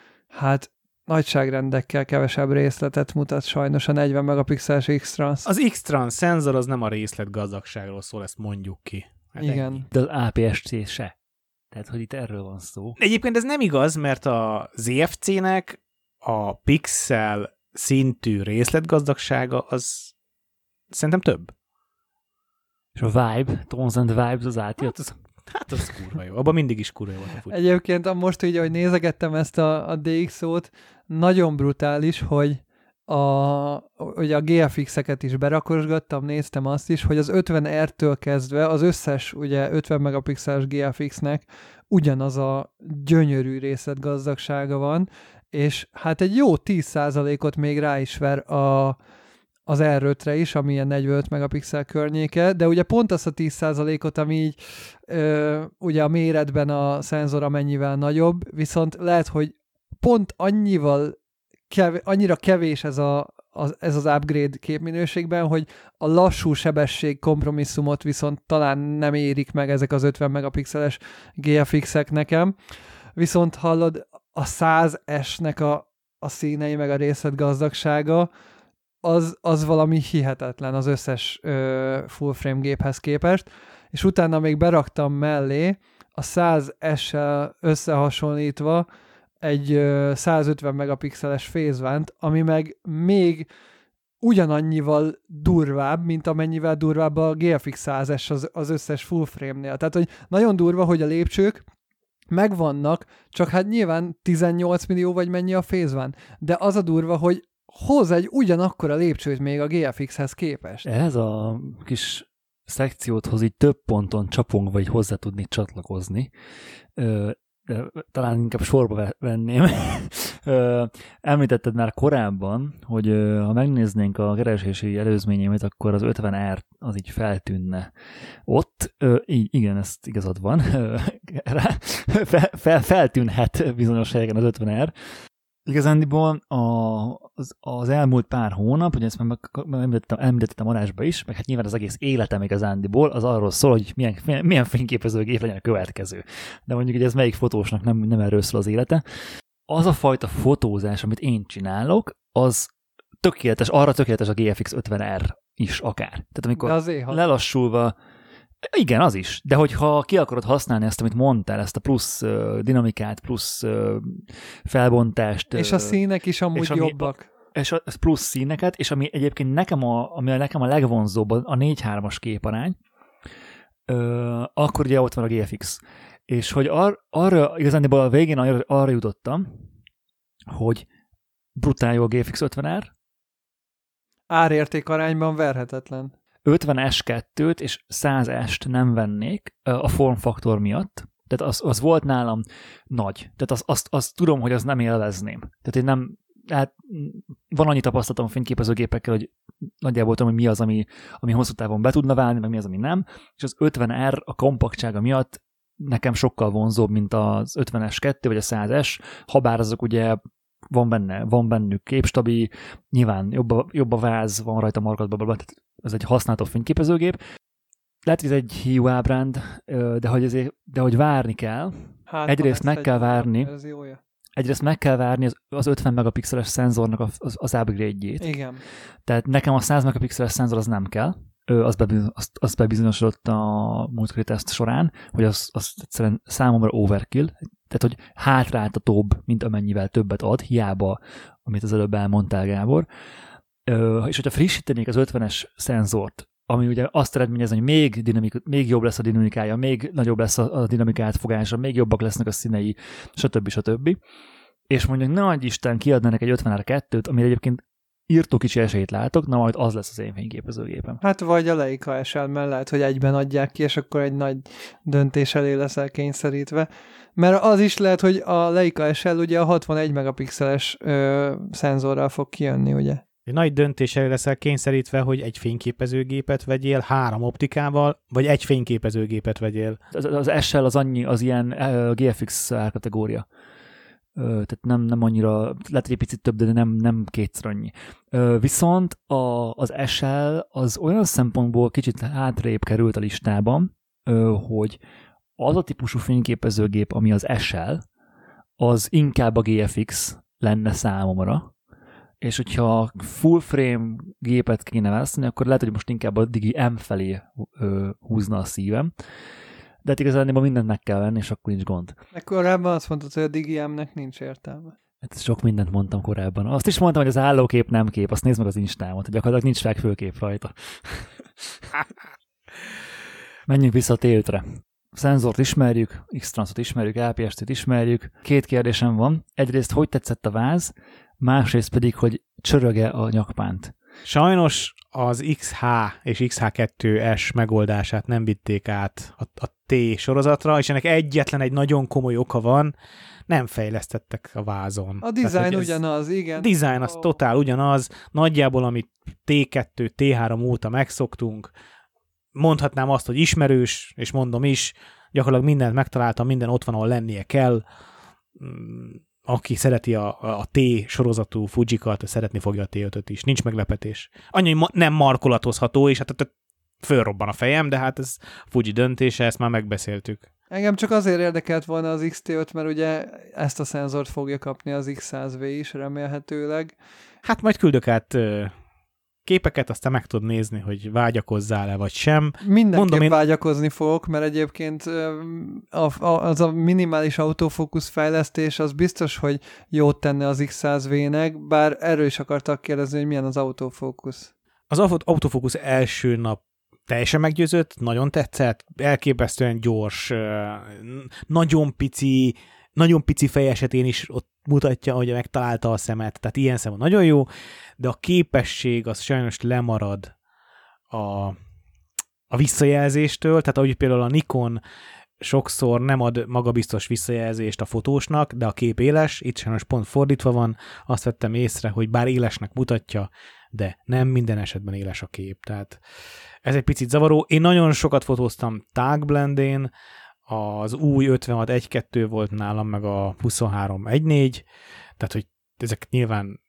hát nagyságrendekkel kevesebb részletet mutat sajnos a negyven megapixeles X-Trans. Az X-Trans szenzor az nem a részletgazdagságról szól, ezt mondjuk ki. Hát igen. Ennyi. De az á pé es cé se. Tehát, hogy itt erről van szó. Egyébként ez nem igaz, mert a zé ef cé-nek a pixel szintű részletgazdagsága az szerintem több. És a Vibe, Tones and Vibes az átjött. Hát az, hát az kurva jó. Abban mindig is kurva jó volt a Fuji. Egyébként most így, ahogy nézegettem ezt a, a dé iksz o-t, nagyon brutális, hogy a, ugye a gé ef iksz-eket is berakosgattam, néztem azt is, hogy az ötven er-től kezdve az összes ugye ötven megapixeles gé ef iksz-nek ugyanaz a gyönyörű részletgazdagsága van, és hát egy jó tíz százalékot még rá is ver a az er ötre is, ami ilyen negyvenöt megapixel környéke, de ugye pont azt a tíz százalékot, ami így ö, ugye a méretben a szenzor amennyivel nagyobb, viszont lehet, hogy pont annyival kev- annyira kevés ez, a, az, ez az upgrade képminőségben, hogy a lassú sebesség kompromisszumot viszont talán nem érik meg ezek az ötven megapixeles gé ef iksz-ek nekem. Viszont hallod, a száz es-nek a, a színei meg a részletgazdagsága, Az, az valami hihetetlen az összes ö, full frame géphez képest, és utána még beraktam mellé a száz es-sel összehasonlítva egy ö, százötven megapixeles fézvánt, ami meg még ugyanannyival durvább, mint amennyivel durvább a gé ef iksz száz es az, az összes full frame-nél. Tehát, hogy nagyon durva, hogy a lépcsők megvannak, csak hát nyilván tizennyolc millió vagy mennyi a fézván, de az a durva, hogy hoz egy ugyanakkora lépcsőt még a gé ef iksz-hez képest. Ez a kis szekcióthoz így több ponton csapongva így hozzá tudni csatlakozni. Ö, de talán inkább sorba venném. Ö, említetted már korábban, hogy ö, ha megnéznénk a keresési előzményeimet, akkor az ötven er az így feltűnne ott. Ö, így, igen, ezt igazad van. Rá, fel, fel, feltűnhet bizonyos helyeken az ötven er. Igazándiból a, az, az elmúlt pár hónap, ugye ezt már említettem, említettem adásba is, meg hát nyilván az egész életem igazándiból, az arról szól, hogy milyen, milyen fényképezőgép legyen a következő. De mondjuk, hogy ez melyik fotósnak nem, nem erről szól az élete. Az a fajta fotózás, amit én csinálok, az tökéletes, arra tökéletes a gé ef iksz ötven er is akár. Tehát amikor lelassulva, igen, az is, de hogyha ki akarod használni ezt, amit mondtál, ezt a plusz uh, dinamikát, plusz uh, felbontást. És a színek is amúgy és jobbak. Ami, és a plusz színeket, és ami egyébként nekem a, ami nekem a legvonzóbb, a négy hármas képarány, uh, akkor ugye ott van a gé ef iksz. És hogy ar, arra, igazán a végén arra, arra jutottam, hogy brutál jó a gé ef iksz ötven er, árérték arányban verhetetlen. ötven es kettőt és száz est nem vennék a formfaktor miatt. Tehát az, az volt nálam nagy. Tehát azt, azt, azt tudom, hogy az nem élvezném. Tehát én nem, hát van annyi tapasztalatom a fényképezőgépekkel, hogy nagyjából tudom, hogy mi az, ami, ami hosszú távon be tudna válni, meg mi az, ami nem. És az ötven er a kompaktsága miatt nekem sokkal vonzóbb, mint az ötven es kettő vagy a száz es, habár azok ugye van benne, van bennük képstabi, nyilván jobb a, jobb a váz, van rajta markatban, tehát ez egy használható fényképezőgép. Lehet, hogy ez egy hiú ábránd, de hogy, ezért, de hogy várni kell. Hát, egyrészt meg kell várni. Egyrészt meg kell várni az, az ötven megapixeles szenzornak az, az upgrade-jét. Igen. Tehát nekem a száz megapixeles szenzor az nem kell. Az, bebizonyos, az, az bebizonyosodott a múltkori teszt során, hogy az, az egyszerűen számomra overkill. Tehát, hogy hátráltatóbb, mint amennyivel többet ad, hiába, amit az előbb elmondtál, Gábor. Ö, és hogyha frissítenék az ötvenes szenzort, ami ugye azt eredményez, hogy még, dinamik, még jobb lesz a dinamikája, még nagyobb lesz a, a dinamika átfogása, még jobbak lesznek a színei, stb. stb. És mondjuk nagy Isten kiadnának egy ötven er kettőt, amire egyébként írtó kicsi esélyt látok, na majd az lesz az én fényképezőgépem. Hát vagy a Leica es el mellett, hogy egyben adják ki, és akkor egy nagy döntés elé leszel kényszerítve. Mert az is lehet, hogy a Leica es el ugye a hatvanegy megapixeles ö, szenzorral fog kijönni, ugye? Egy nagy döntés elé leszel kényszerítve, hogy egy fényképezőgépet vegyél három optikával, vagy egy fényképezőgépet vegyél. Az, az es el az annyi, az ilyen uh, gé ef iksz árkategória. Uh, tehát nem, nem annyira, lehet egy picit több, de nem, nem kétszer annyi. Uh, viszont a, az es el az olyan szempontból kicsit hátrébb került a listában, uh, hogy az a típusú fényképezőgép, ami az es el, az inkább a gé ef iksz lenne számomra, és hogyha full frame gépet kéne választani, akkor lehet, hogy most inkább a Digi M felé ö, húzna a szívem. De hát igazán mindent meg kell venni, és akkor nincs gond. De korábban azt mondtad, hogy a Digi M-nek nincs értelme. Hát sok mindent mondtam korábban. Azt is mondtam, hogy az állókép nem kép, azt nézd meg az Instámot, hogy gyakorlatilag nincs fekvőkép rajta. Menjünk vissza a té ötre. A szenzort ismerjük, X-Transot ismerjük, á pé es té-t ismerjük. Két kérdésem van. Egyrészt, hogy tetszett a váz, másrészt pedig, hogy csöröge a nyakpánt. Sajnos az iksz há és iksz há kettő es megoldását nem vitték át a, a T sorozatra, és ennek egyetlen egy nagyon komoly oka van, nem fejlesztettek a vázon. A design ugyanaz, igen. A design az oh. totál ugyanaz, nagyjából amit té kettő, té három óta megszoktunk. Mondhatnám azt, hogy ismerős, és mondom is, gyakorlatilag mindent megtaláltam, minden ott van, ahol lennie kell. Aki szereti a, a T sorozatú Fujikat, szeretni fogja a té ötöt is. Nincs meglepetés. Annyi ma- nem markolatozható, és hát fölrobban a fejem, de hát ez Fuji döntése, ezt már megbeszéltük. Engem csak azért érdekelt volna az iksz té öt, mert ugye ezt a szenzort fogja kapni az iksz száz vé is remélhetőleg. Hát majd küldök át képeket, aztán meg tudod nézni, hogy vágyakozzál-e, vagy sem. Mindenképp én... vágyakozni fogok, mert egyébként a, a, az a minimális autofókusz fejlesztés, az biztos, hogy jót tenne az iksz száz vé-nek, bár erről is akartak kérdezni, hogy milyen az autofókusz. Az autofókusz első nap teljesen meggyőzött, nagyon tetszett, elképesztően gyors, nagyon pici, nagyon pici fej esetén is ott mutatja, hogy megtalálta a szemet, tehát ilyen szem nagyon jó, de a képesség az sajnos lemarad a, a visszajelzéstől, tehát ahogy például a Nikon sokszor nem ad magabiztos visszajelzést a fotósnak, de a kép éles, itt sajnos pont fordítva van, azt vettem észre, hogy bár élesnek mutatja, de nem minden esetben éles a kép, tehát ez egy picit zavaró. Én nagyon sokat fotóztam Tag Blendén, az új ötvenhat egy kettő volt nálam, meg a huszonhárom egy négy, tehát hogy ezek nyilván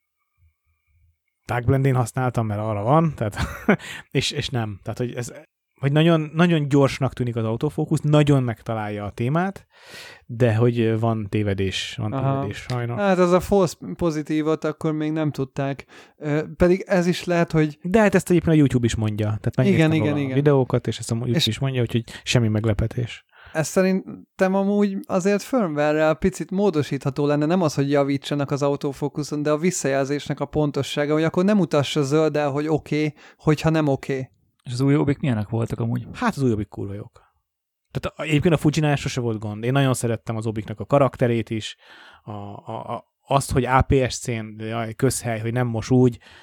Tag Blendén használtam, mert arra van, tehát, és, és nem. Tehát, hogy, ez, hogy nagyon, nagyon gyorsnak tűnik az autofókusz, nagyon megtalálja a témát, de hogy van tévedés, van Aha. tévedés sajnos. Hát az a false pozitívot akkor még nem tudták, pedig ez is lehet, hogy... De hát ezt egyébként a YouTube is mondja, tehát megnéztem igen, igen, a igen. videókat, és ezt a YouTube és... is mondja, úgyhogy semmi meglepetés. Ez szerintem amúgy azért firmware-rel picit módosítható lenne, nem az, hogy javítsanak az autofókuszon, de a visszajelzésnek a pontossága, hogy akkor nem utassa zölddel, hogy oké, okay, hogyha nem oké. Okay. És az új jobbik milyenek voltak amúgy? Hát az új jobbik kurva jók. Tehát egyébként a Fujinál sose volt gond. Én nagyon szerettem az Obiknak a karakterét is, a, a, a, azt, hogy á pé es cén, jaj, közhely, hogy nem mos úgy,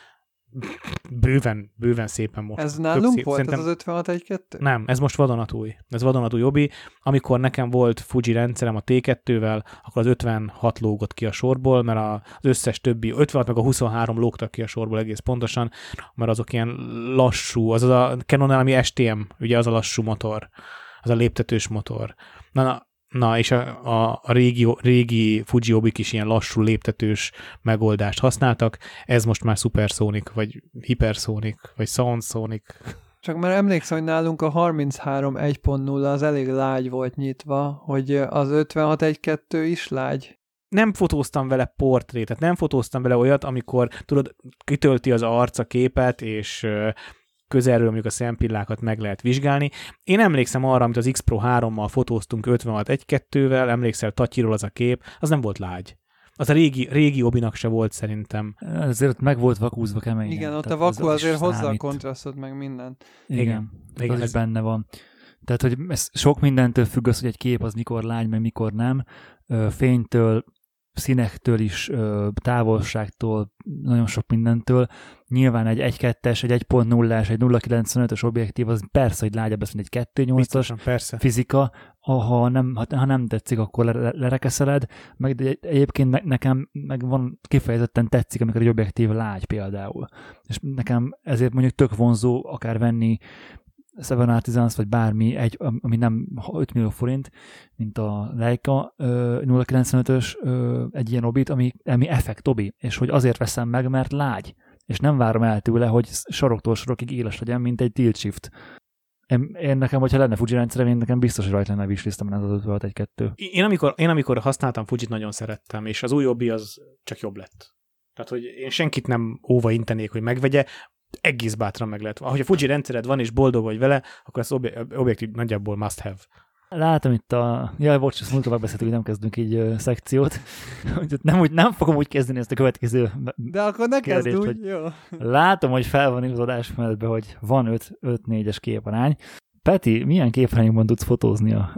bőven, bőven szépen most. Ez nálunk szép. volt Szerintem... ez az ötvenhat egy kettő? Nem, ez most vadonatúj. Ez vadonatúj obi. Amikor nekem volt Fuji rendszerem a té kettővel, akkor az ötvenhat lógott ki a sorból, mert az összes többi, ötvenhat meg a huszonhárom lógtak ki a sorból egész pontosan, mert azok ilyen lassú, az az a Canonnál, ami es té em, ugye az a lassú motor, az a léptetős motor. Na, na Na, és a, a, a régi, régi Fuji obik is ilyen lassú, léptetős megoldást használtak. Ez most már Supersonic, vagy Hypersonic, vagy Soundsonic. Csak már emlékszem, hogy nálunk a harminchárom egy pont nulla az elég lágy volt nyitva, hogy az ötvenhat egy kettő is lágy. Nem fotóztam vele portrét, tehát nem fotóztam vele olyat, amikor tudod, kitölti az arca képet, és közelről mondjuk a szempillákat meg lehet vizsgálni. Én emlékszem arra, amit az X Pro hárommal fotóztunk ötvenhat egy kettővel, emlékszel Tatyiról az a kép, az nem volt lágy. Az a régi, régi obinak se volt szerintem. Ezért meg volt vakúzva keményen. Igen, ott a vakú az azért hozza a kontrasztot meg mindent. Igen, Igen. Igen az ez... is benne van. Tehát, hogy ez sok mindentől függ az, hogy egy kép az mikor lágy, meg mikor nem. Fénytől, színektől is, távolságtól, nagyon sok mindentől. Nyilván egy egy kettes, egy egy pont nullás, egy nulla kilencvenötös objektív, az persze, hogy lágyabb lesz, mint egy kettő nyolcas fizika. Ha nem, ha nem tetszik, akkor lerekeszeled. Meg de egyébként ne, nekem meg van kifejezetten tetszik, amikor egy objektív lágy például. És nekem ezért mondjuk tök vonzó akár venni seven R tíz vagy bármi, egy, ami nem öt millió forint, mint a Leica nulla kilencvenötös egy ilyen obit, ami, ami effekt obi, és hogy azért veszem meg, mert lágy, és nem várom el tőle, hogy soroktól sorokig éles legyen, mint egy tilt shift. Én, én nekem, hogyha lenne Fuji rendszerem, én nekem biztos, hogy rajta lenne a wishlistemben ez az ötvenhat egy kettő. Én amikor, én amikor használtam Fujit, nagyon szerettem, és az új obi az csak jobb lett. Tehát, hogy én senkit nem óva intenék, hogy megvegye, egész bátran meg lehet. Ahogy a Fuji rendszered van, és boldog vagy vele, akkor az objektív nagyjából must have. Látom itt a... Jaj, bocs, ezt múltkor megbeszéltük, hogy nem kezdünk így uh, szekciót. nem, úgy, nem fogom úgy kezdeni ezt a következő De akkor ne kezd úgy, hogy jó. Látom, hogy fel van igazodás mellett, hogy van öt négyes képarány. Peti, milyen képarányokban tudsz fotózni a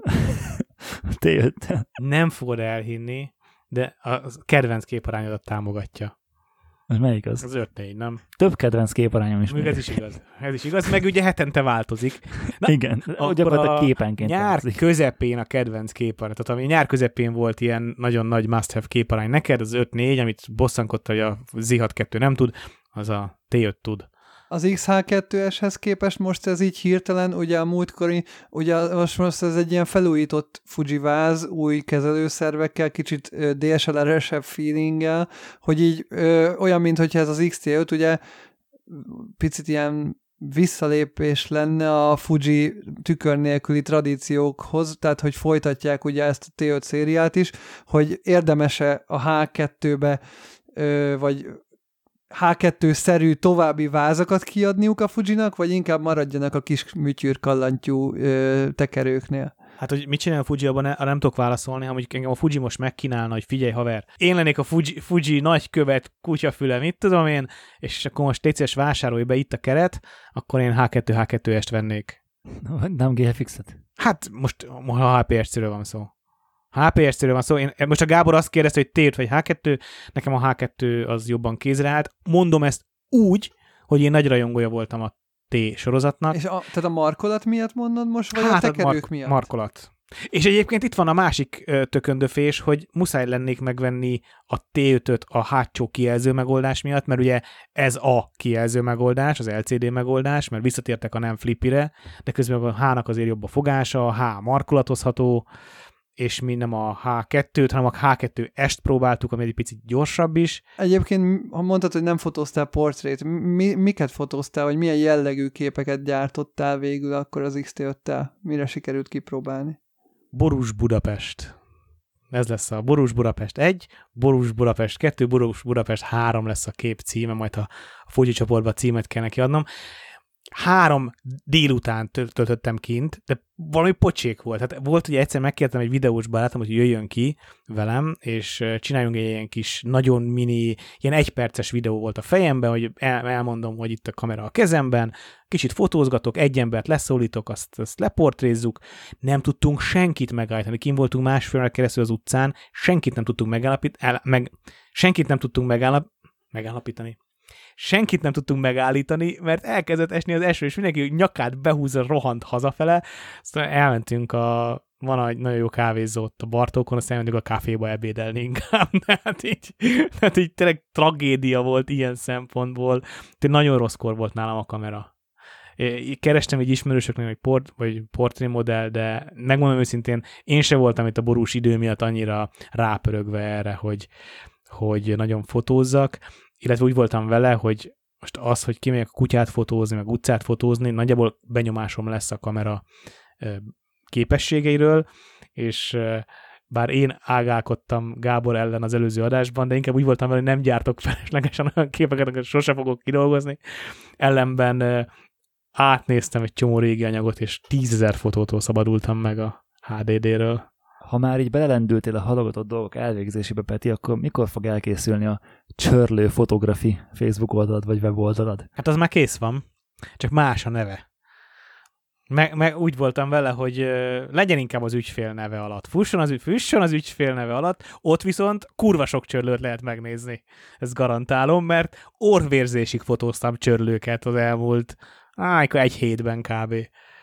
té öttel? Nem fogod elhinni, de a kedvenc képarányodat támogatja. Ez melyik az? Az öt négy, nem? Több kedvenc képarányom is. Még ez is igaz. Ez is igaz, meg ugye hetente változik. Na, igen, gyakorlatilag képenként nyár változik. közepén a kedvenc képarány. Tehát ami nyár közepén volt ilyen nagyon nagy must-have képarány neked, az öt négy, amit bosszankodta, hogy a Z hat kettő nem tud, az a té öt tud. Az X H kettő S-hez képest most ez így hirtelen, ugye a múltkori, ugye most, most ez egy ilyen felújított Fuji váz, új kezelőszervekkel, kicsit dé es el er-esebb feelinggel, hogy így ö, olyan, mint hogyha ez az X T öt, ugye picit ilyen visszalépés lenne a Fuji tükör nélküli tradíciókhoz, tehát hogy folytatják ugye ezt a té öt szériát is, hogy érdemes-e a H kettőbe ö, vagy há kettő-szerű további vázakat kiadniuk a Fujinak, vagy inkább maradjanak a kis műtyűrkallantyú ö, tekerőknél? Hát, hogy mit csinál a Fuji, abban ne, nem tudok válaszolni, ha mondjuk engem a Fuji most megkínálna, hogy figyelj haver, én lennék a Fuji, Fuji nagykövet, kutyafüle, mit tudom én, és akkor most légy szíves, vásárolj be itt a keret, akkor én H kettő H kettő est vennék. Nem gé ef iksz-et? Hát most a há pé es-ről van szó. há pé es-ről van szó. Én, most a Gábor azt kérdezte, hogy té öt vagy H kettő, nekem a H kettő az jobban kézre állt. Mondom ezt úgy, hogy én nagy rajongója voltam a T sorozatnak. És a, tehát a markolat miatt mondod most, vagy hát a tekerők mark- miatt? Markolat. És egyébként itt van a másik ö, tököndöfés, hogy muszáj lennék megvenni a té ötöt a hátsó kijelző megoldás miatt, mert ugye ez a kijelző megoldás, az el cé dé megoldás, mert visszatértek a nem flipire, de közben a H-nak azért jobb a fogása, a H markolatozható, és mi nem a H kettőt, hanem a H kettő est próbáltuk, ami egy picit gyorsabb is. Egyébként, ha mondtad, hogy nem fotóztál portrét, mi, miket fotóztál, vagy milyen jellegű képeket gyártottál végül akkor az X T öttel? Mire sikerült kipróbálni? Borús Budapest. Ez lesz a Borús Budapest egy, Borús Budapest kettő, Borús Budapest három lesz a kép címe, majd ha a Fuji csoportba címet kell neki adnom. Három délután töltöttem kint, de valami pocsék volt. Hát volt, hogy egyszer megkértem egy videós barátom, hogy jöjjön ki velem, és csináljunk egy ilyen kis, nagyon mini, ilyen egyperces videó volt a fejemben, hogy el, elmondom, hogy itt a kamera a kezemben, kicsit fotózgatok, egy embert leszólítok, azt, azt leportrézzuk. Nem tudtunk senkit megállítani. Kim voltunk másfél óra keresztül az utcán, senkit nem tudtunk megállapít, el, meg, senkit nem tudtunk megállap, megállapítani. senkit nem tudtunk megállítani, mert elkezdett esni az eső, és mindenki nyakát behúzza, rohant hazafele. Aztán elmentünk a van egy nagyon jó kávézó ott a Bartókon, aztán elmentünk a kávéba ebédelni inkább. Hát így, hát így tényleg tragédia volt ilyen szempontból. Tényleg nagyon rosszkor volt nálam a kamera. É, kerestem egy ismerősöknek egy port, vagy portrémodell, de megmondom őszintén, én se voltam itt a borús idő miatt annyira rápörögve erre, hogy, hogy nagyon fotózzak, illetve úgy voltam vele, hogy most az, hogy kimegyek a kutyát fotózni, meg utcát fotózni, nagyjából benyomásom lesz a kamera képességeiről, és bár én ágálkodtam Gábor ellen az előző adásban, de inkább úgy voltam vele, hogy nem gyártok feleslegesen olyan képeket, amiket sose fogok kidolgozni. Ellenben átnéztem egy csomó régi anyagot, és tízezer fotótól szabadultam meg a há dé dé-ről. Ha már így belelendültél a halogatott dolgok elvégzésébe, Peti, akkor mikor fog elkészülni a Csörlő Fotografi Facebook oldalad, vagy weboldalad? Hát az már kész van, csak más a neve. Meg, meg úgy voltam vele, hogy legyen inkább az ügyfél neve alatt. Fusson az, fusson az ügyfél neve alatt, ott viszont kurva sok csörlőt lehet megnézni. Ezt garantálom, mert orvérzésig fotóztam csörlőket az elmúlt á, egy hétben kb.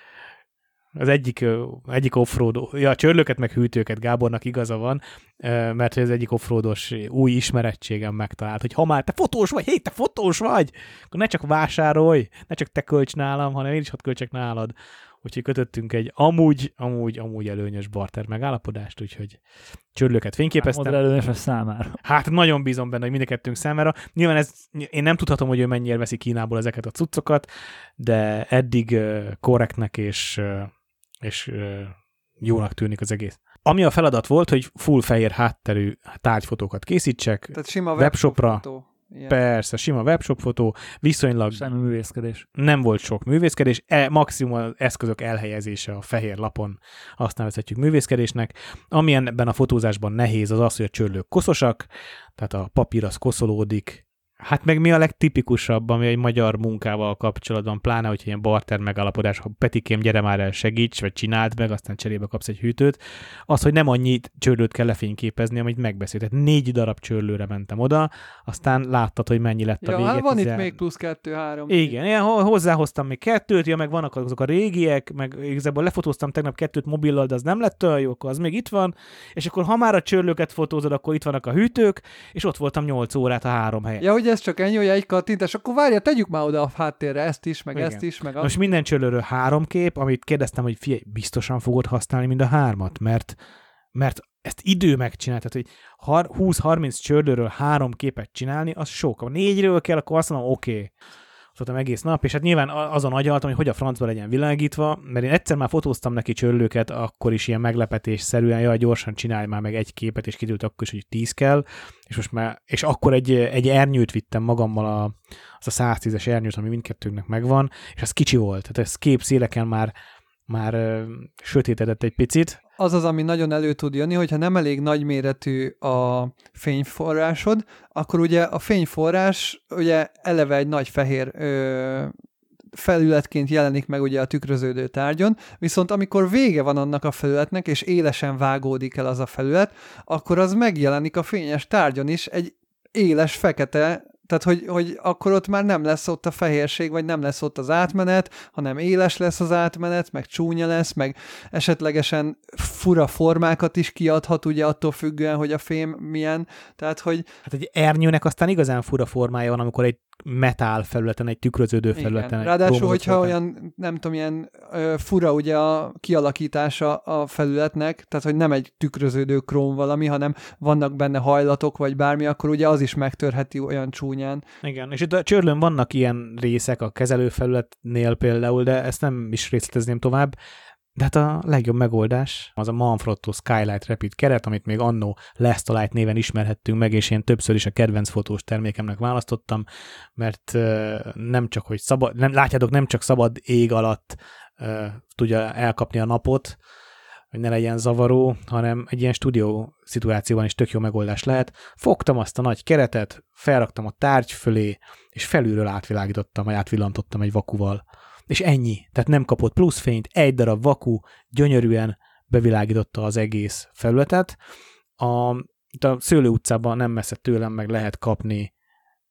Az egyik, egyik offroad, ja, csörlőket meg hűtőket Gábornak igaza van, mert ez egyik offroados új ismerettségem megtalált, hogy ha már te fotós vagy, hé, te fotós vagy, akkor ne csak vásárolj, ne csak te költs nálam, hanem én is hadd költsek nálad. Úgyhogy kötöttünk egy amúgy, amúgy, amúgy előnyös barter megállapodást, úgyhogy csörlőket fényképeztem. Hát előnyös a számára. Hát nagyon bízom benne, hogy mind a kettőnk számára. Nyilván ez, én nem tudhatom, hogy ő mennyire veszi Kínából ezeket a cuccokat, de eddig uh, korrektnek és, uh, és uh, jónak tűnik az egész. Ami a feladat volt, hogy full fehér hátterű tárgyfotókat készítsek. Tehát sima webshopra. webshop ilyen. Persze, sima webshop fotó, viszonylag semmi művészkedés. Nem volt sok művészkedés, e, maximum az eszközök elhelyezése a fehér lapon, azt nevezhetjük művészkedésnek. Ami ebben a fotózásban nehéz, az az, hogy a csörlők koszosak, tehát a papír az koszolódik. Hát meg mi a legtipikusabb, ami egy magyar munkával kapcsolatban, pláne, hogyha ilyen barter megállapodás, ha Petikém, gyere már el, segíts, vagy csináld meg, aztán cserébe kapsz egy hűtőt, az, hogy nem annyi csörlőt kell lefényképezni, amit megbeszélt. Tehát négy darab csörlőre mentem oda, aztán láttad, hogy mennyi lett a ja, vége. Hát van tizen... itt még plusz kettő, három. Igen, ilyen, hozzáhoztam még kettőt, ja, meg vannak azok a régiek, meg igazából lefotóztam tegnap kettőt mobillal, de az nem lett olyan jó, akkor az még itt van, és akkor ha már a csörlőket fotózod, akkor itt vannak a hűtők, és ott voltam nyolc órát a három helyen. Ja, hogy ez csak ennyi, hogy egy kattintás, akkor várja, tegyük már oda a háttérre ezt is, meg Igen. ezt is, meg azt. Most minden csörlőről három kép, amit kérdeztem, hogy figyelj, biztosan fogod használni mind a hármat, mert, mert ezt idő megcsinálni, tehát hogy húsz-harminc csörlőről három képet csinálni, az sok. Ha négyről kell, akkor azt mondom, oké. Okay. Voltam egész nap, és hát nyilván azon agyaltam, hogy hogy a francba legyen világítva, mert én egyszer már fotóztam neki csörlőket, akkor is ilyen meglepetésszerűen, jaj, gyorsan csinálj már meg egy képet, és kiderült akkor is, hogy tíz kell, és most már, és akkor egy, egy ernyőt vittem magammal, a, az a száztízes ernyőt, ami mindkettőnknek megvan, és az kicsi volt, tehát ez képszéleken már, már ö, sötétedett egy picit. Az az, ami nagyon elő tud jönni, hogyha nem elég nagyméretű a fényforrásod, akkor ugye a fényforrás ugye eleve egy nagy fehér ö, felületként jelenik meg ugye a tükröződő tárgyon, viszont amikor vége van annak a felületnek, és élesen vágódik el az a felület, akkor az megjelenik a fényes tárgyon is egy éles fekete, tehát hogy, hogy akkor ott már nem lesz ott a fehérség, vagy nem lesz ott az átmenet, hanem éles lesz az átmenet, meg csúnya lesz, meg esetlegesen fura formákat is kiadhat, ugye attól függően, hogy a fém milyen, tehát hogy... Hát egy ernyőnek aztán igazán fura formája van, amikor egy metál felületen, egy tükröződő felületen. Igen. Ráadásul, hogyha felületen. Olyan, nem tudom, ilyen ö, fura ugye a kialakítása a felületnek, tehát hogy nem egy tükröződő króm valami, hanem vannak benne hajlatok, vagy bármi, akkor ugye az is megtörheti olyan csúnyán. Igen, és itt a csörlőn vannak ilyen részek a kezelőfelületnél például, de ezt nem is részletezném tovább. De hát a legjobb megoldás az a Manfrotto Skylight Rapid keret, amit még annó Last Light néven ismerhettünk meg, és én többször is a kedvenc fotós termékemnek választottam, mert uh, nem csak, hogy szabad, nem, látjátok, nem csak szabad ég alatt uh, tudja elkapni a napot, hogy ne legyen zavaró, hanem egy ilyen stúdió szituációban is tök jó megoldás lehet. Fogtam azt a nagy keretet, felraktam a tárgy fölé, és felülről átvilágítottam, vagy átvillantottam egy vakuval. És ennyi. Tehát nem kapott plusz fényt, egy darab vaku gyönyörűen bevilágította az egész felületet. A, itt a Szőlő utcában nem messze tőlem meg lehet kapni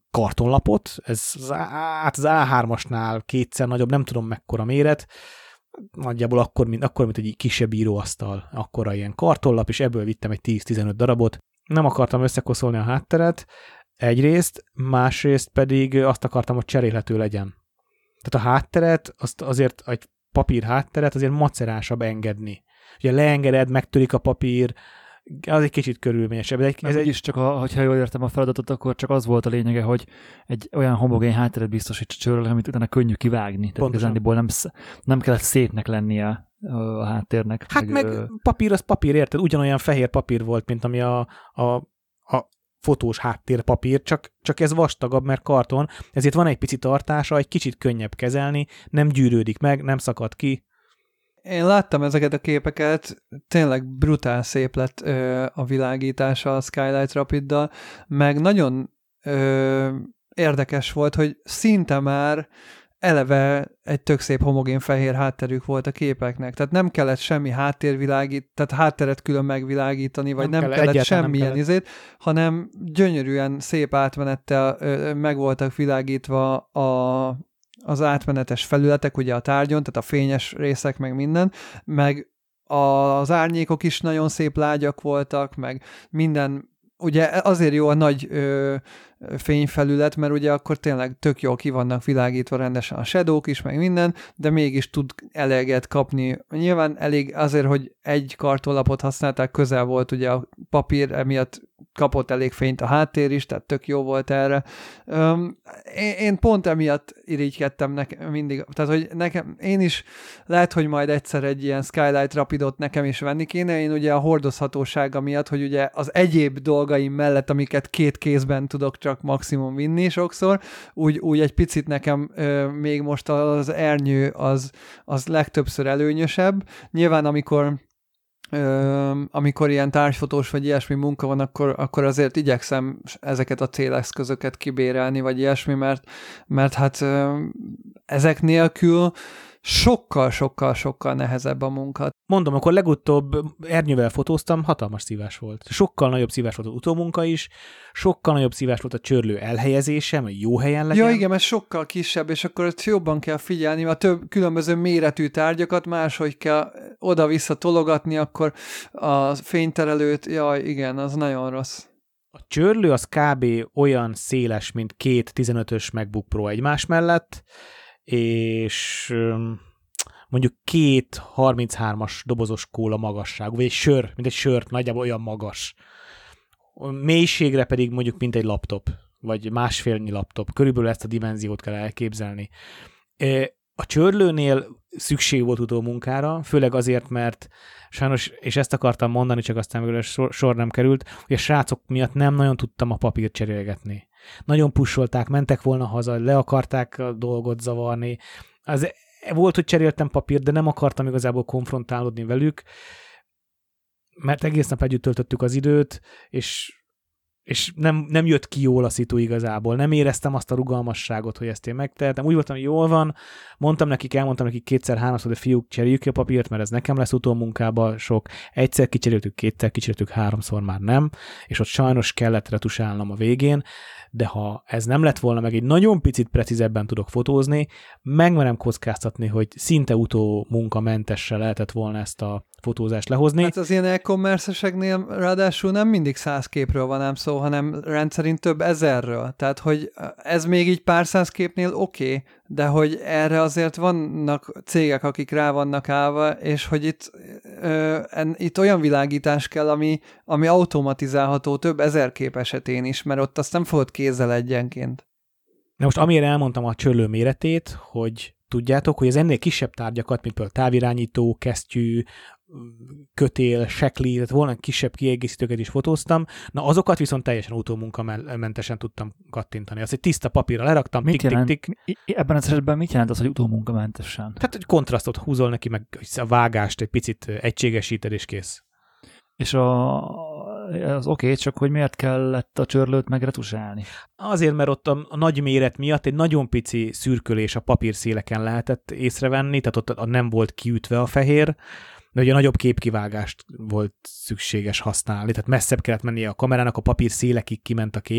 kartonlapot, ez az, á, az á hármasnál kétszer nagyobb, nem tudom mekkora méret, nagyjából akkor, mint, akkor, mint egy kisebb íróasztal, akkora ilyen kartonlap, és ebből vittem egy tíz-tizenöt darabot. Nem akartam összekoszolni a hátteret, egyrészt, másrészt pedig azt akartam, hogy cserélhető legyen. Tehát a hátteret, azt azért egy papír hátteret azért macerásabb engedni. Ugye leengeded, megtörik a papír, az egy kicsit körülményesebb. Ez, ez egy... is csak, a, hogyha jól értem a feladatot, akkor csak az volt a lényege, hogy egy olyan homogén hátteret biztosíts a csőről, amit utána könnyű kivágni. Tehát igazándiból nem, nem kellett szépnek lennie a háttérnek. Hát meg, meg papír az papír, érted? Ugyanolyan fehér papír volt, mint ami a, a, a fotós háttérpapír, csak, csak ez vastagabb, mert karton, ezért van egy pici tartása, egy kicsit könnyebb kezelni, nem gyűrődik meg, nem szakad ki. Én láttam ezeket a képeket, tényleg brutál szép lett ö, a világítása a Skylight Rapiddal, meg nagyon ö, érdekes volt, hogy szinte már eleve egy tök szép homogén fehér hátterük volt a képeknek, tehát nem kellett semmi háttérvilágít, tehát hátteret külön megvilágítani, vagy nem, nem kellett, kellett semmilyen nem izét, hanem gyönyörűen szép átmenettel ö, meg voltak világítva a az átmenetes felületek, ugye a tárgyon, tehát a fényes részek, meg minden, meg az árnyékok is nagyon szép lágyak voltak, meg minden, ugye azért jó a nagy ö, fényfelület, mert ugye akkor tényleg tök jól ki vannak világítva rendesen a shadowk is, meg minden, de mégis tud eleget kapni. Nyilván elég azért, hogy egy kartonlapot használták, közel volt ugye a papír, emiatt kapott elég fényt a háttér is, tehát tök jó volt erre. Um, én, én pont emiatt irigykedtem nekem mindig, tehát hogy nekem, én is lehet, hogy majd egyszer egy ilyen Skylight Rapidot nekem is venni kéne, én ugye a hordozhatósága miatt, hogy ugye az egyéb dolgaim mellett, amiket két kézben tudok csak maximum vinni sokszor, úgy, úgy egy picit nekem ö, még most az ernyő az, az legtöbbször előnyösebb. Nyilván amikor Ö, amikor ilyen társfotós vagy ilyesmi munka van, akkor, akkor azért igyekszem ezeket a céleszközöket kibérelni, vagy ilyesmi, mert, mert hát ö, ezek nélkül sokkal-sokkal-sokkal nehezebb a munka. Mondom, akkor legutóbb ernyővel fotóztam, hatalmas szívás volt. Sokkal nagyobb szívás volt az utómunka is, sokkal nagyobb szívás volt a csörlő elhelyezése, hogy jó helyen legyen. Ja igen, ez sokkal kisebb, és akkor ezt jobban kell figyelni, mert több különböző méretű tárgyakat máshogy kell oda-vissza tologatni, akkor a fényterelőt, jaj igen, az nagyon rossz. A csörlő az kb. Olyan széles, mint két tizenötös MacBook Pro egymás mellett, és mondjuk két harminchármas dobozos kóla magasságú, vagy egy sör, mint egy sört, nagyjából olyan magas. A mélységre pedig mondjuk mint egy laptop, vagy másfélnyi laptop. Körülbelül ezt a dimenziót kell elképzelni. A csörlőnél szükség volt utómunkára, főleg azért, mert sajnos, és ezt akartam mondani, csak aztán végül sor, sor nem került, hogy a srácok miatt nem nagyon tudtam a papírt cserélgetni. Nagyon pusolták, mentek volna haza, le akarták a dolgot zavarni. Az, volt, hogy cseréltem papírt, de nem akartam igazából konfrontálódni velük, mert egész nap együtt töltöttük az időt, és és nem, nem jött ki jól a szitu igazából. Nem éreztem azt a rugalmasságot, hogy ezt én megtehetem. Úgy voltam, hogy jól van, mondtam nekik, elmondtam nekik kétszer-háromszor, de fiúk, cseréljük ki a papírt, mert ez nekem lesz utómunkában sok. Egyszer kicseréltük, kétszer kicseréltük, háromszor már nem, és ott sajnos kellett retusálnom a végén, de ha ez nem lett volna, meg egy nagyon picit precízebben tudok fotózni, megmerem kockáztatni, hogy szinte utómunkamentessel lehetett volna ezt a fotózást lehozni. Hát az ilyen e-commerce-eseknél ráadásul nem mindig száz képről van ám szó, hanem rendszerint több ezerről. Tehát, hogy ez még így pár száz képnél oké, okay, de hogy erre azért vannak cégek, akik rá vannak állva, és hogy itt, ö, en, itt olyan világítás kell, ami, ami automatizálható több ezer kép esetén is, mert ott azt nem fogod kézzel egyenként. Na most amire elmondtam a csörlő méretét, hogy tudjátok, hogy az ennél kisebb tárgyakat, mint például távirányító, kesztyű, kötél, sekli, tehát volna kisebb kiegészítőket is fotóztam, na azokat viszont teljesen utómunkamentesen tudtam kattintani. Azt egy tiszta papírra leraktam, mit tik, jelent, tik, tik. Ebben az esetben mit jelent az, hogy utómunkamentesen? Tehát egy kontrasztot húzol neki, meg a vágást egy picit egységesíted, és kész. És a, az oké, okay, csak hogy miért kellett a csörlőt megretusálni? Azért, mert ott a, a nagy méret miatt egy nagyon pici szürkölés a papírszéleken lehetett észrevenni, tehát ott a, nem volt kiütve a fehér, de ugye nagyobb képkivágást volt szükséges használni, tehát messzebb kellett mennie a kamerának, a papír szélekig kiment a kép,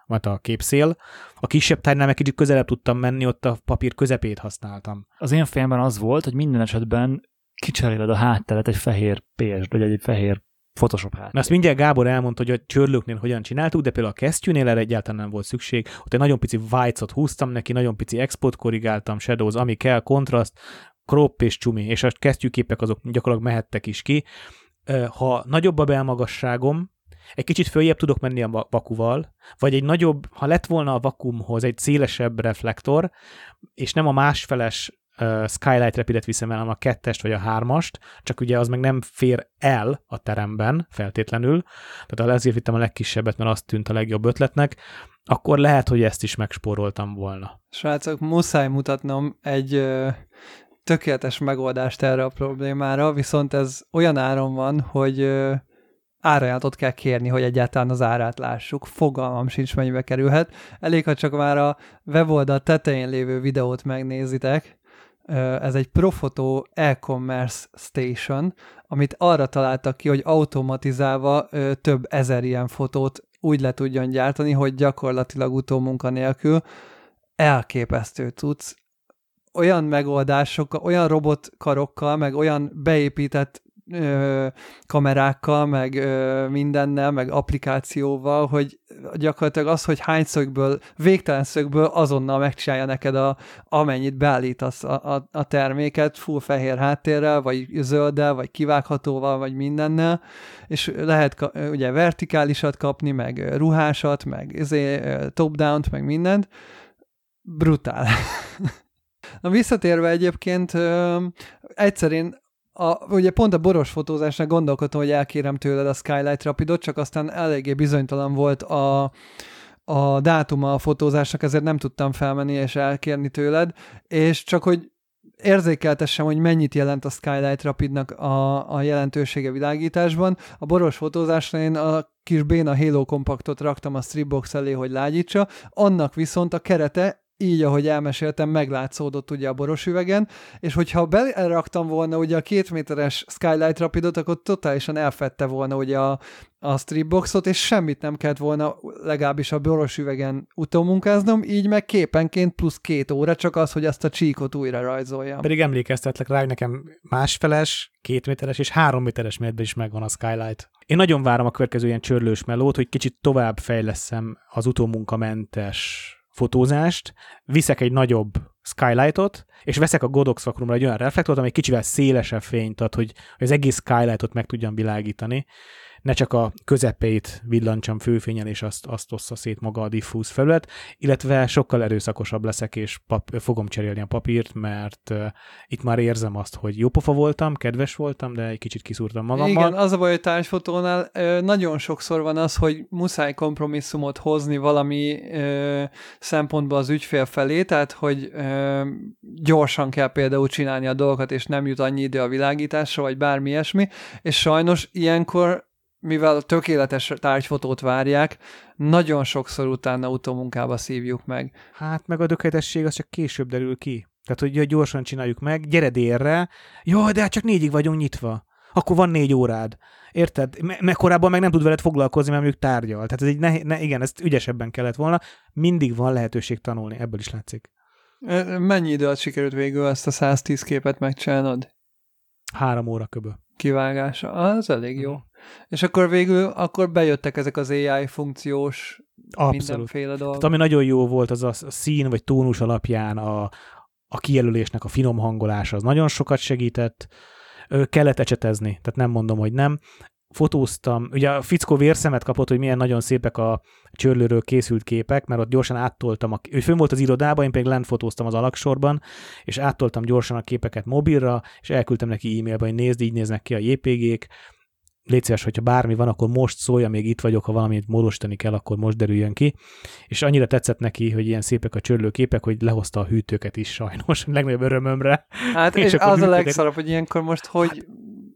vagy a képszél. A kisebb tárgynál meg kicsit közelebb tudtam menni, ott a papír közepét használtam. Az én fejemben az volt, hogy minden esetben kicseréled a hátteret egy fehér pé es dé, vagy egy fehér Photoshop háttér. Na azt mindjárt Gábor elmondta, hogy a csörlőknél hogyan csináltuk, de például a kesztyűnél erre egyáltalán nem volt szükség. Ott egy nagyon pici whites-ot húztam neki, nagyon pici export korrigáltam, shadows, ami kell, kontraszt, crop és csumi, és a kesztyűképek azok gyakorlatilag mehettek is ki. Ha nagyobb a belmagasságom, egy kicsit följebb tudok menni a vakuval, vagy egy nagyobb, ha lett volna a vakuumhoz egy szélesebb reflektor, és nem a másfeles uh, Skylight Rapid-et viszem el, hanem a kettest vagy a hármast, csak ugye az meg nem fér el a teremben feltétlenül, tehát azért vittem a legkisebbet, mert azt tűnt a legjobb ötletnek, akkor lehet, hogy ezt is megspóroltam volna. Srácok, muszáj mutatnom egy ö, tökéletes megoldást erre a problémára, viszont ez olyan áron van, hogy ö, árajánlatot kell kérni, hogy egyáltalán az árát lássuk. Fogalmam sincs, mennyibe kerülhet. Elég, ha csak már a weboldal tetején lévő videót megnézitek. Ez egy Profoto e-commerce station, amit arra találtak ki, hogy automatizálva több ezer ilyen fotót úgy le tudjon gyártani, hogy gyakorlatilag utómunka nélkül elképesztő cucc. Olyan megoldásokkal, olyan robotkarokkal, meg olyan beépített Ö, kamerákkal, meg ö, mindennel, meg applikációval, hogy gyakorlatilag az, hogy hány szögből, végtelen szögből azonnal megcsinálja neked a, amennyit beállítasz a, a, a terméket, full fehér háttérrel, vagy zölddel, vagy kivághatóval, vagy mindennel, és lehet ugye vertikálisat kapni, meg ruhásat, meg top-down-t, meg mindent. Brutál. Na visszatérve egyébként, ö, egyszer én A, ugye pont a boros fotózásnál gondolkodtam, hogy elkérem tőled a Skylight Rapidot, csak aztán eléggé bizonytalan volt a, a dátuma a fotózásnak, ezért nem tudtam felmenni és elkérni tőled, és csak hogy érzékeltessem, hogy mennyit jelent a Skylight Rapidnak a, a jelentősége világításban. A boros fotózásra én a kis béna Halo kompaktot raktam a stripbox elé, hogy lágyítsa, annak viszont a kerete így, ahogy elmeséltem, meglátszódott ugye a boros üvegen, és hogyha beleraktam volna ugye a két méteres Skylight Rapidot, akkor totálisan elfedte volna ugye a, a stripboxot, és semmit nem kellett volna legalábbis a boros üvegen utómunkáznom, így meg képenként plusz két óra, csak az, hogy azt a csíkot újra rajzoljam. Pedig emlékeztetlek rá, hogy nekem másfeles, két méteres és három méteres méretben is megvan a Skylight. Én nagyon várom a következő ilyen csörlős melót, hogy kicsit tovább fejleszem az utómunkamentes fotózást, viszek egy nagyobb Skylightot, és veszek a Godox Vacrumra egy olyan reflektort, ami egy kicsivel szélesebb fényt ad, hogy, hogy az egész Skylightot meg tudjam világítani. Ne csak a közepét villancsam főfényen, és azt, azt ossza szét maga a diffúz felület, illetve sokkal erőszakosabb leszek, és pap- fogom cserélni a papírt, mert uh, itt már érzem azt, hogy jópofa voltam, kedves voltam, de egy kicsit kiszúrtam magammal. Igen, az a baj, hogy társfotónál ö, nagyon sokszor van az, hogy muszáj kompromisszumot hozni valami ö, szempontból az ügyfél felé, tehát hogy ö, gyorsan kell például csinálni a dolgokat, és nem jut annyi idő a világításra, vagy bármi ilyesmi, és sajnos ilyenkor mivel a tökéletes tárgyfotót várják, nagyon sokszor utána utómunkába szívjuk meg. Hát meg a tökéletesség az csak később derül ki. Tehát, hogy gyorsan csináljuk meg, gyere délre, jaj, de hát csak négyig vagyunk nyitva. Akkor van négy órád. Érted? Meg korábban meg nem tud veled foglalkozni, mert mondjuk tárgyal. Tehát ez egy ne, ne, igen, ezt ügyesebben kellett volna. Mindig van lehetőség tanulni, ebből is látszik. Mennyi idő alatt sikerült végül ezt a száztíz képet megcsinálnod? Három óra köbö. Kivágása. Az elég jó. Mm. És akkor végül akkor bejöttek ezek az á i funkciós Abszolút. Mindenféle dolgok. Tehát ami nagyon jó volt, az a szín vagy tónus alapján a, a kijelölésnek a finom hangolása, az nagyon sokat segített. Kellett ecsetezni, tehát nem mondom, hogy nem. Fotóztam, ugye a fickó vérszemet kapott, hogy milyen nagyon szépek a csörlőről készült képek, mert ott gyorsan áttoltam, a, ő fönn volt az irodában, én pedig lent fotóztam az alaksorban, és áttoltam gyorsan a képeket mobilra, és elküldtem neki e-mailbe, hogy nézd, így néznek ki a jé pé gé-k, légy szíves, hogyha bármi van, akkor most szólja, még itt vagyok, ha valamit módosítani kell, akkor most derüljön ki. És annyira tetszett neki, hogy ilyen szépek a csörlőképek, hogy lehozta a hűtőket is sajnos, legnagyobb örömömre. Hát és, és az a legszarabb, hogy ilyenkor most hogy hát,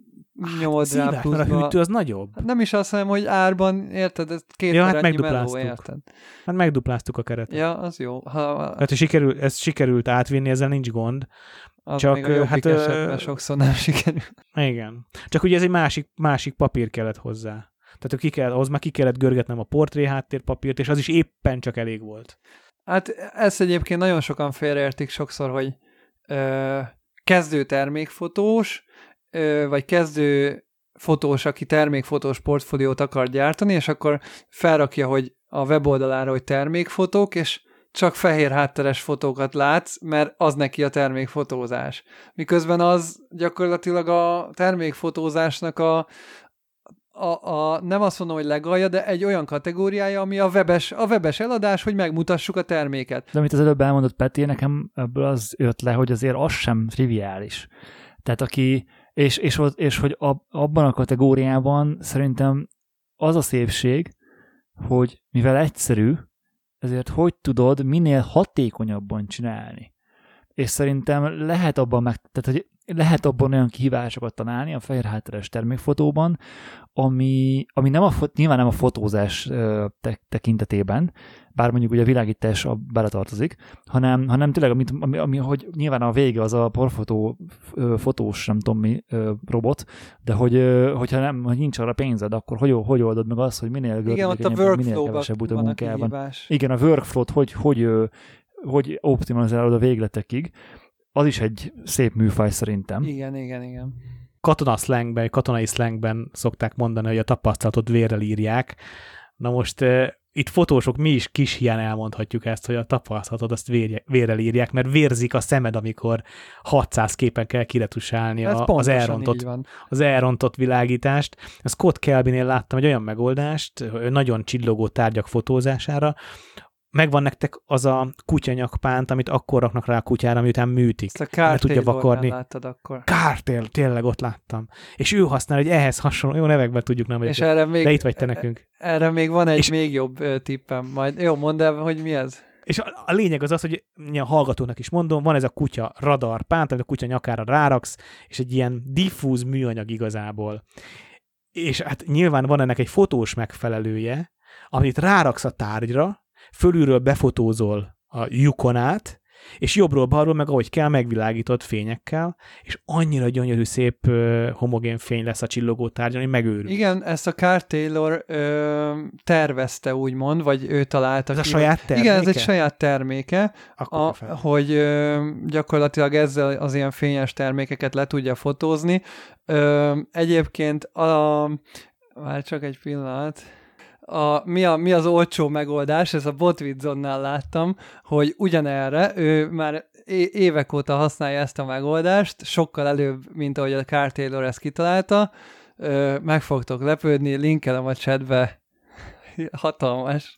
nyomod hát rá pluszba. A hűtő az nagyobb. Hát nem is azt mondom, hogy árban, érted, ez két ja, hát ennyi meló, érted? Hát megdupláztuk a keretet. Ja, az jó. Ha... Hát sikerül, ezt sikerült átvinni, ezzel nincs gond. Az csak, még a jobbik hát, esetben sokszor nem sikerül. Igen. Csak ugye ez egy másik, másik papír kellett hozzá. Tehát ki kellett, ahhoz már ki kellett görgetnem a portré háttérpapírt, és az is éppen csak elég volt. Hát ezt egyébként nagyon sokan félreértik sokszor, hogy ö, kezdő termékfotós, ö, vagy kezdő fotós, aki termékfotós portfóliót akar gyártani, és akkor felrakja, hogy a weboldalára, hogy termékfotók, és csak fehér hátteres fotókat látsz, mert az neki a termékfotózás. Miközben az gyakorlatilag a termékfotózásnak a, a, a nem azt mondom, hogy legalja, de egy olyan kategóriája, ami a webes, a webes eladás, hogy megmutassuk a terméket. De amit az előbb elmondott Peti, nekem ebből az jött le, hogy azért az sem triviális. Tehát aki, és, és, és hogy ab, abban a kategóriában szerintem az a szépség, hogy mivel egyszerű, ezért hogy tudod minél hatékonyabban csinálni. És szerintem lehet abban meg, tehát, hogy lehet abban olyan kihívásokat találni a fehér hátteres termékfotóban, ami, ami nem a, nyilván nem a fotózás te, tekintetében, bár mondjuk ugye a világítás beletartozik, hanem, hanem tényleg, amit, ami, ami, hogy nyilván a vége az a porfotó fotós, nem tudom mi, robot, de hogy, hogyha nem, hogy nincs arra pénzed, akkor hogy, hogy oldod meg azt, hogy minél gördülékenyebb, minél kevesebb utómunkában. Igen, a workflow-t hogy, hogy, hogy optimalizálod a végletekig, az is egy szép műfaj szerintem. Igen, igen, igen. Katona szlengben, katonai szlengben szokták mondani, hogy a tapasztalatot vérrel írják. Na most uh, itt fotósok mi is kis hián elmondhatjuk ezt, hogy a tapasztalatot azt vérje, vérrel írják, mert vérzik a szemed, amikor hatszáz képen kell kiretusálni a, az, elrontott, az elrontott világítást. A Scott Kelbynél láttam egy olyan megoldást, nagyon csillogó tárgyak fotózására, megvan nektek az a kutyanyakpánt, amit akkor raknak rá a kutyára, miután műtik. Ezt a Cartail-on láttad akkor. Cartail, tényleg ott láttam. És ő használ, hogy ehhez hasonló, jó nevekben tudjuk, nem és erre még, de itt vagy te nekünk. Erre még van egy és még jobb tippem majd. Jó, mondd el, hogy mi ez? És a, a lényeg az az, hogy a hallgatónak is mondom, van ez a kutya radar pánt, amit a kutya nyakára ráraksz, és egy ilyen diffúz műanyag igazából. És hát nyilván van ennek egy fotós megfelelője, amit ráraksz a tárgyra, fölülről befotózol a lyukon át, és jobbról-balról meg ahogy kell megvilágított fényekkel, és annyira gyönyörű szép uh, homogén fény lesz a csillogó tárgyon, hogy megőrül. Igen, ezt a Carl Taylor ö, tervezte úgymond, vagy ő találta. Ez ki, a saját terméke? Igen, ez egy saját terméke, a, hogy ö, gyakorlatilag ezzel az ilyen fényes termékeket le tudja fotózni. Ö, egyébként a... Már csak egy pillanat... A, mi, a, mi az olcsó megoldás, ez a Botwitzonnál láttam, hogy ugyanerre ő már é- évek óta használja ezt a megoldást, sokkal előbb, mint ahogy a Carl Taylor ezt kitalálta. Ö, meg fogtok lepődni, linkelem a chatbe. Hatalmas.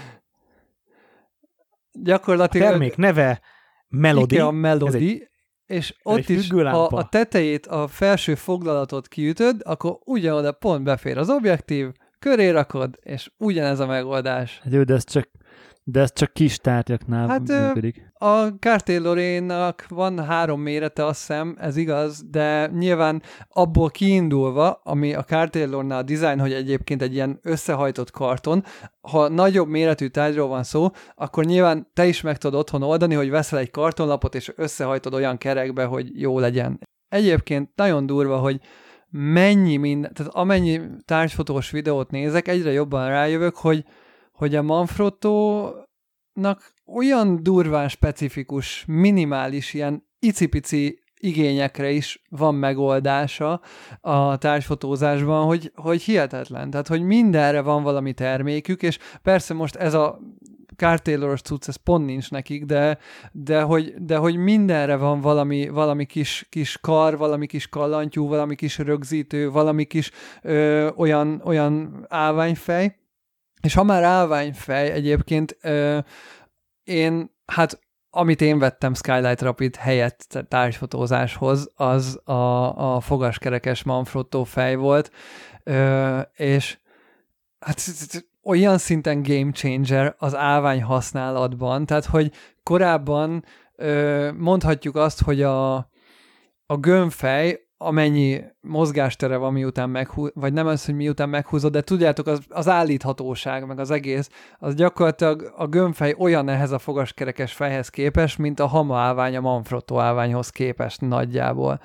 Gyakorlatilag... A termék neve Melody. A Melody. Egy, és ott is, ha a tetejét, a felső foglalatot kiütöd, akkor ugyanoda pont befér az objektív, köré rakod, és ugyanez a megoldás. Hát jó, de ez csak, de ez csak kis tárgyaknál hát, működik. A Carl Taylorénak van három mérete, azt hiszem, ez igaz, de nyilván abból kiindulva, ami a Carl Taylornál a design, hogy egyébként egy ilyen összehajtott karton, ha nagyobb méretű tárgyról van szó, akkor nyilván te is meg tudod otthon oldani, hogy veszel egy kartonlapot, és összehajtod olyan kerekbe, hogy jó legyen. Egyébként nagyon durva, hogy mennyi minden, tehát amennyi tárgyfotós videót nézek, egyre jobban rájövök, hogy, hogy a Manfrotto-nak olyan durván specifikus, minimális, ilyen icipici igényekre is van megoldása a tárgyfotózásban, hogy, hogy hihetetlen. Tehát, hogy mindenre van valami termékük, és persze most ez a Carl Tayloros cucc, ez pont nincs nekik, de, de, hogy, de hogy mindenre van valami, valami kis, kis kar, valami kis kallantyú, valami kis rögzítő, valami kis ö, olyan, olyan állványfej. És ha már állványfej, egyébként ö, én, hát amit én vettem Skylight Rapid helyett tárgyfotózáshoz, az a, a fogaskerekes Manfrotto fej volt, ö, és hát olyan szinten game changer az állvány használatban, tehát hogy korábban ö, mondhatjuk azt, hogy a, a gömbfej, amennyi mozgástere van miután meghúzod, vagy nem az, hogy miután meghúzod, de tudjátok, az, az állíthatóság, meg az egész, az gyakorlatilag a gömbfej olyan ehhez a fogaskerekes fejhez képest, mint a Hama állvány a Manfrotto állványhoz képest nagyjából.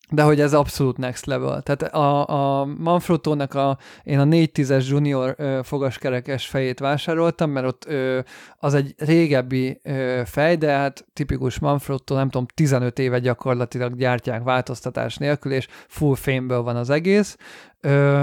de hogy ez abszolút next level. Tehát a, a Manfrottónak a, én a négy tízes junior ö, fogaskerekes fejét vásároltam, mert ott ö, az egy régebbi ö, fej, de hát tipikus Manfrotto, nem tudom, tizenöt éve gyakorlatilag gyártják változtatás nélkül, és full fémből van az egész. Ö,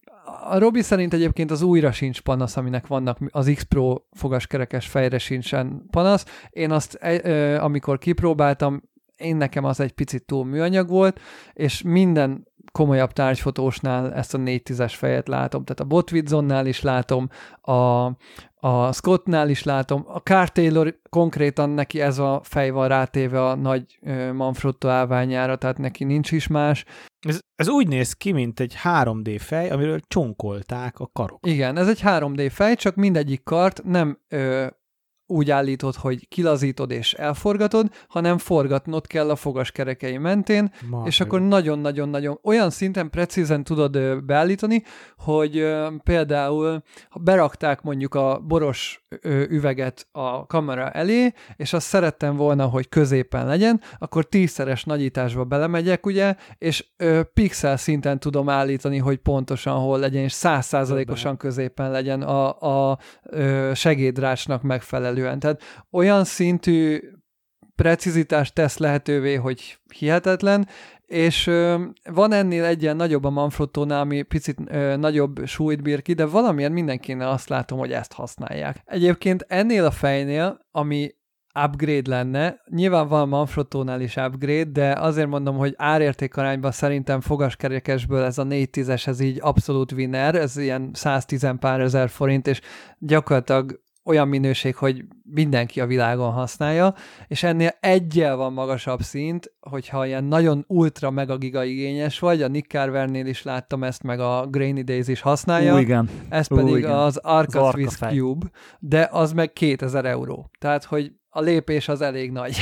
A Robi szerint egyébként az újra sincs panasz, aminek vannak, az X-Pro fogaskerekes fejre sincsen panasz. Én azt, amikor kipróbáltam, én nekem az egy picit túl műanyag volt, és minden komolyabb tárgyfotósnál ezt a négy tízes fejet látom. Tehát a Botwitzonnál is látom, a, a Scottnál is látom, a Carl Taylor konkrétan neki ez a fej van rátéve a nagy Manfrotto állványára, tehát neki nincs is más. Ez, ez úgy néz ki, mint egy három dé fej, amiről csonkolták a karok. Igen, ez egy három dé fej, csak mindegyik kart nem ö, úgy állítod, hogy kilazítod és elforgatod, hanem forgatnod kell a fogaskerekei mentén, Ma, és akkor nagyon-nagyon-nagyon olyan szinten precízen tudod ö, beállítani, hogy ö, például ha berakták mondjuk a boros ö, üveget a kamera elé, és azt szerettem volna, hogy középen legyen, akkor tízszeres nagyításba belemegyek, ugye, és ö, pixel szinten tudom állítani, hogy pontosan hol legyen, és száz százalékosan középen legyen a, a ö, segédrácsnak megfelelően. Tehát olyan szintű precizitást tesz lehetővé, hogy hihetetlen, és ö, van ennél egy ilyen nagyobb a Manfrottónál, ami picit ö, nagyobb súlyt bír ki, de valamiért mindenkinél azt látom, hogy ezt használják. Egyébként ennél a fejnél, ami upgrade lenne, nyilván van Manfrottónál is upgrade, de azért mondom, hogy árértékarányban szerintem fogaskerekesből ez a négy tízes, ez így abszolút winner, ez ilyen száztíz pár ezer forint, és gyakorlatilag olyan minőség, hogy mindenki a világon használja, és ennél egyel van magasabb szint, hogyha ilyen nagyon ultra megagiga igényes vagy, a Nick Carvernél is láttam ezt, meg a Grainy Days is használja. Ú, igen. Ez pedig Ú, igen. az Arca az Swiss Arca Cube, de az meg kétezer euró. Tehát, hogy a lépés az elég nagy.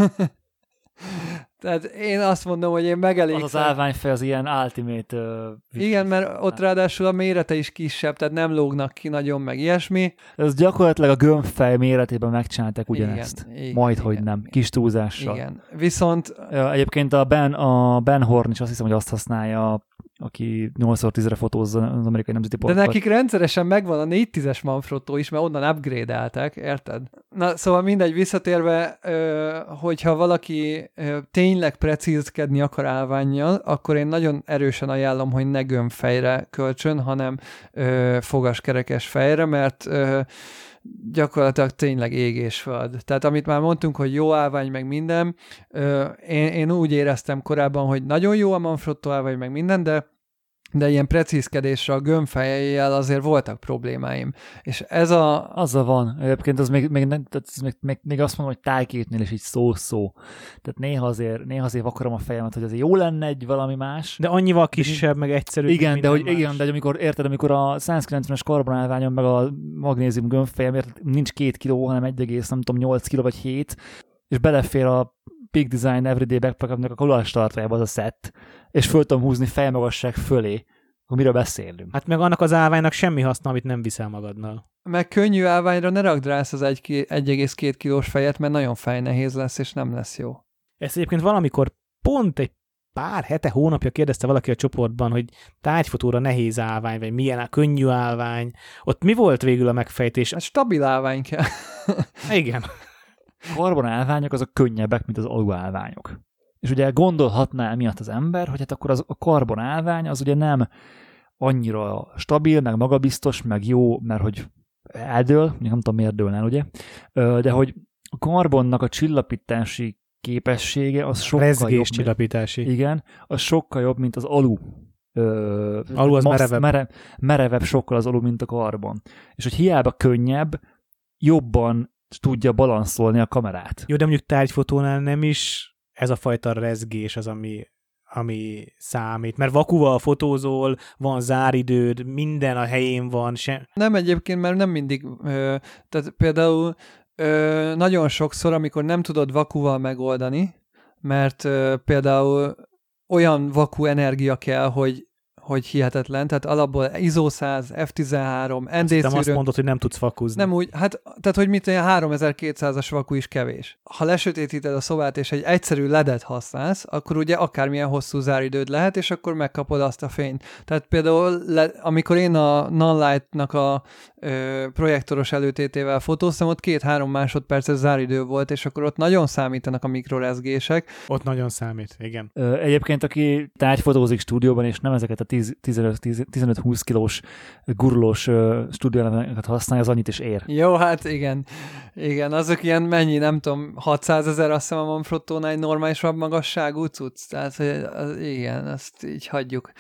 Tehát én azt mondom, hogy én megelégszem. Az az állványfej az ilyen ultimate... Uh, Igen, mert ott ráadásul a mérete is kisebb, tehát nem lógnak ki nagyon, meg ilyesmi. Ez gyakorlatilag a gömbfej méretében megcsinálták ugyanezt. Igen, Majd, igen, hogy nem. Kis túlzással. Igen. Viszont... Egyébként a Ben, a Ben Horn is azt hiszem, hogy azt használja, aki nyolc tízre fotózza az amerikai nemzeti De portban. nekik rendszeresen megvan a négy tízes Manfrotto is, mert onnan upgrade-eltek, érted? Na, szóval mindegy, visszatérve, hogyha valaki tényleg precízkedni akar állvánnyal, akkor én nagyon erősen ajánlom, hogy ne gömbfejre kölcsön, hanem fogaskerekes fejre, mert gyakorlatilag tényleg ég és föld. Tehát amit már mondtunk, hogy jó állvány, meg minden, én, én úgy éreztem korábban, hogy nagyon jó a Manfrotto állvány, meg minden, de de ilyen precízkedésre a gömbfejjel azért voltak problémáim. És ez a... Azzal van. Egyébként az még, még, az még, még, még azt mondom, hogy tájképnél is így szó-szó. Tehát néha azért, néha azért vakarom a fejemet, hogy azért jó lenne egy valami más. De annyival kisebb, meg egyszerűbb. Igen, de hogy, igen, de amikor érted, amikor a százkilencvenes karbonálványon meg a magnézium gömbfejem nincs két kiló, hanem egy egész, nem tudom, nyolc kiló vagy hét, és belefér a Peak Design Everyday Backpack-nak a kalulás tartójába az a szett, és föl tudom húzni fejmagasság fölé, akkor miről beszélünk. Hát meg annak az állványnak semmi haszna, amit nem viszel magaddal. Meg könnyű állványra ne rakd rá ezt az egy egész két kilós fejet, mert nagyon fejnehéz lesz, és nem lesz jó. Ezt egyébként valamikor pont egy pár hete, hónapja kérdezte valaki a csoportban, hogy tárgyfotóra nehéz állvány, vagy milyen a könnyű állvány. Ott mi volt végül a megfejtés? Hát stabil állvány kell. Igen. A karbonálványok azok könnyebbek, mint az aluálványok. És ugye gondolhatná emiatt az ember, hogy hát akkor az, a karbonálvány az ugye nem annyira stabil, meg magabiztos, meg jó, mert hogy eldől, nem tudom miért dőlne el, ugye, de hogy a karbonnak a csillapítási képessége az sokkal rezgés jobb. csillapítási. Igen, az sokkal jobb, mint az alu. Ö, alu az massz, merevebb. Mere, merevebb sokkal az alu, mint a karbon. És hogy hiába könnyebb, jobban tudja balanszolni a kamerát. Jó, de mondjuk tárgyfotónál nem is ez a fajta rezgés az, ami, ami számít. Mert vakuval fotózol, van záridőd, minden a helyén van. Se... Nem egyébként, mert nem mindig. Ö, tehát például ö, nagyon sokszor, amikor nem tudod vakuval megoldani, mert ö, például olyan vaku energia kell, hogy hogy hihetetlen, tehát alapból i es o száz, ef tizenhárom, en dé Azt, azt mondod, hogy nem tudsz vakuzni. Nem úgy, hát, tehát hogy mit olyan háromezer-kétszázas vaku is kevés. Ha lesötétíted a szobát, és egy egyszerű ledet használsz, akkor ugye akármilyen hosszú záridőd lehet, és akkor megkapod azt a fényt. Tehát például, le, amikor én a Nonlight-nak a ö, projektoros előtétével fotóztam, ott két-három másodperces záridő volt, és akkor ott nagyon számítanak a mikrorezgések. Ott nagyon számít, igen. Ö, egyébként, aki tárgyfotózik stúdióban, és nem ezeket a tizenöt-húsz kilós gurulós stúdióelemeket használja, az annyit is ér. Jó, hát igen. Igen, azok ilyen mennyi, nem tudom, hatszázezer, azt hiszem a Manfrottónál egy normálisabb magasságú cucc. Tehát, az, igen, azt így hagyjuk.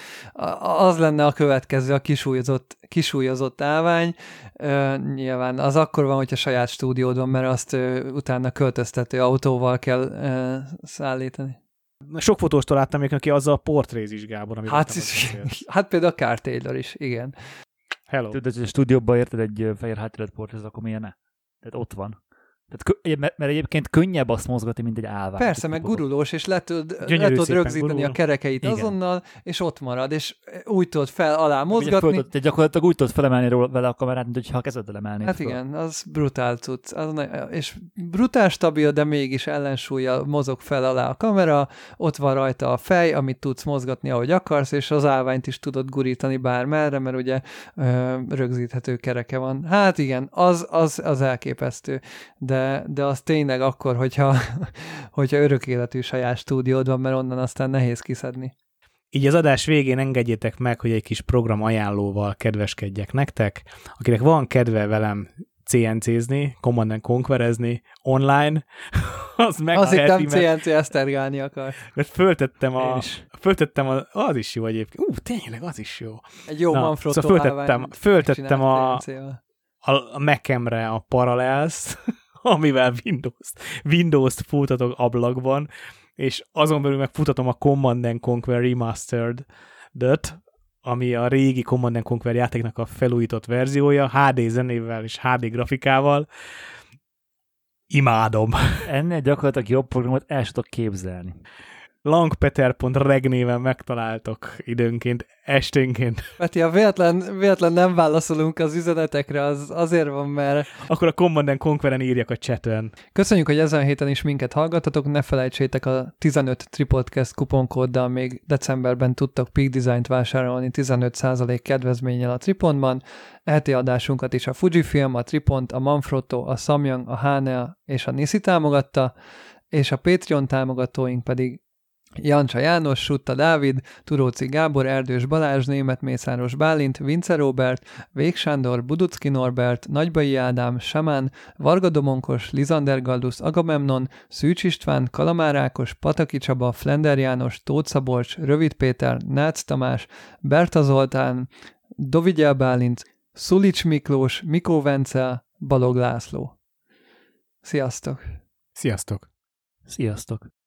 Az lenne a következő, a kisúlyozott, kisúlyozott állvány. Uh, nyilván az akkor van, hogyha saját stúdiód van, mert azt uh, utána költöztető autóval kell uh, szállítani. Sok fotóstól láttam, aki azzal portréz is, Gábor. Hát, hát például a Carl Taylor is, igen. Hello. Tudod, hogy a stúdióban érted egy fehér háttéret portréz, akkor milyen ne? Tehát ott van. Tehát, mert egyébként könnyebb azt mozgatni, mint egy állvány. Persze, meg gurulós, és le tudod, le tudod rögzíteni gurul. a kerekeit igen. azonnal, és ott marad, és úgy tudod fel alá mozgatni. Föl, te gyakorlatilag úgy tudod felemelni róla vele a kamerát, mint hogyha a kezeddel emelnéd. Hát föl. Igen, az brutál cucc. Az, és brutál stabil, de mégis ellensúllyal mozog fel alá a kamera, ott van rajta a fej, amit tudsz mozgatni, ahogy akarsz, és az állványt is tudod gurítani bármerre, mert ugye ö, rögzíthető kereke van. Hát igen, az, az, az elképesztő, de De, de az tényleg akkor, hogyha, hogyha örök életű saját stúdiód van, mert onnan aztán nehéz kiszedni. Így az adás végén engedjétek meg, hogy egy kis program ajánlóval kedveskedjek nektek. Akinek van kedve velem cé en cézni, Command and Conquerezni online, az meg azt hittem cé en cé esztergálni akar. Mert föltettem a... Föltettem a... Az is jó egyébként. Ú, tényleg, az is jó. Egy jó Manfrotto szóval föltettem, föltettem a, a Mac-emre a Parallels, amivel Windows-t, Windows-t futatok ablakban, és azon belül meg futatom a Command and Conquer Remastered-et, ami a régi Command and Conquer játéknak a felújított verziója, há dé zenével és há dé grafikával. Imádom. Ennél gyakorlatilag jobb programot el sem tudok képzelni. langpeter pont reg néven megtaláltok időnként, esténként. Peti, ha véletlen, véletlen nem válaszolunk az üzenetekre, az azért van, mert... Akkor a Command and Conqueren írjak a chaten. Köszönjük, hogy ezen a héten is minket hallgattatok, ne felejtsétek a tizenöt Tripodcast kuponkóddal még decemberben tudtok Peak Design-t vásárolni tizenöt százalék kedvezménnyel a Tripodban. Eheti adásunkat is a Fujifilm, a Tripont, a Manfrotto, a Samyang, a há en el és a Nissi támogatta, és a Patreon támogatóink pedig Jancsa János, Sutta Dávid, Turóci Gábor, Erdős Balázs, Németh Mészáros Bálint, Vince Róbert, Vég Sándor, Buducki Norbert, Nagybai Ádám, Samán, Varga Domonkos, Lizander Galdusz, Agamemnon, Szűcs István, Kalamár Ákos, Pataki Csaba, Flender János, Tóth Szabolcs, Rövid Péter, Nácz Tamás, Berta Zoltán, Dovigyel Bálint, Szulics Miklós, Mikó Vencel, Balog László. Sziasztok! Sziasztok! Sziasztok!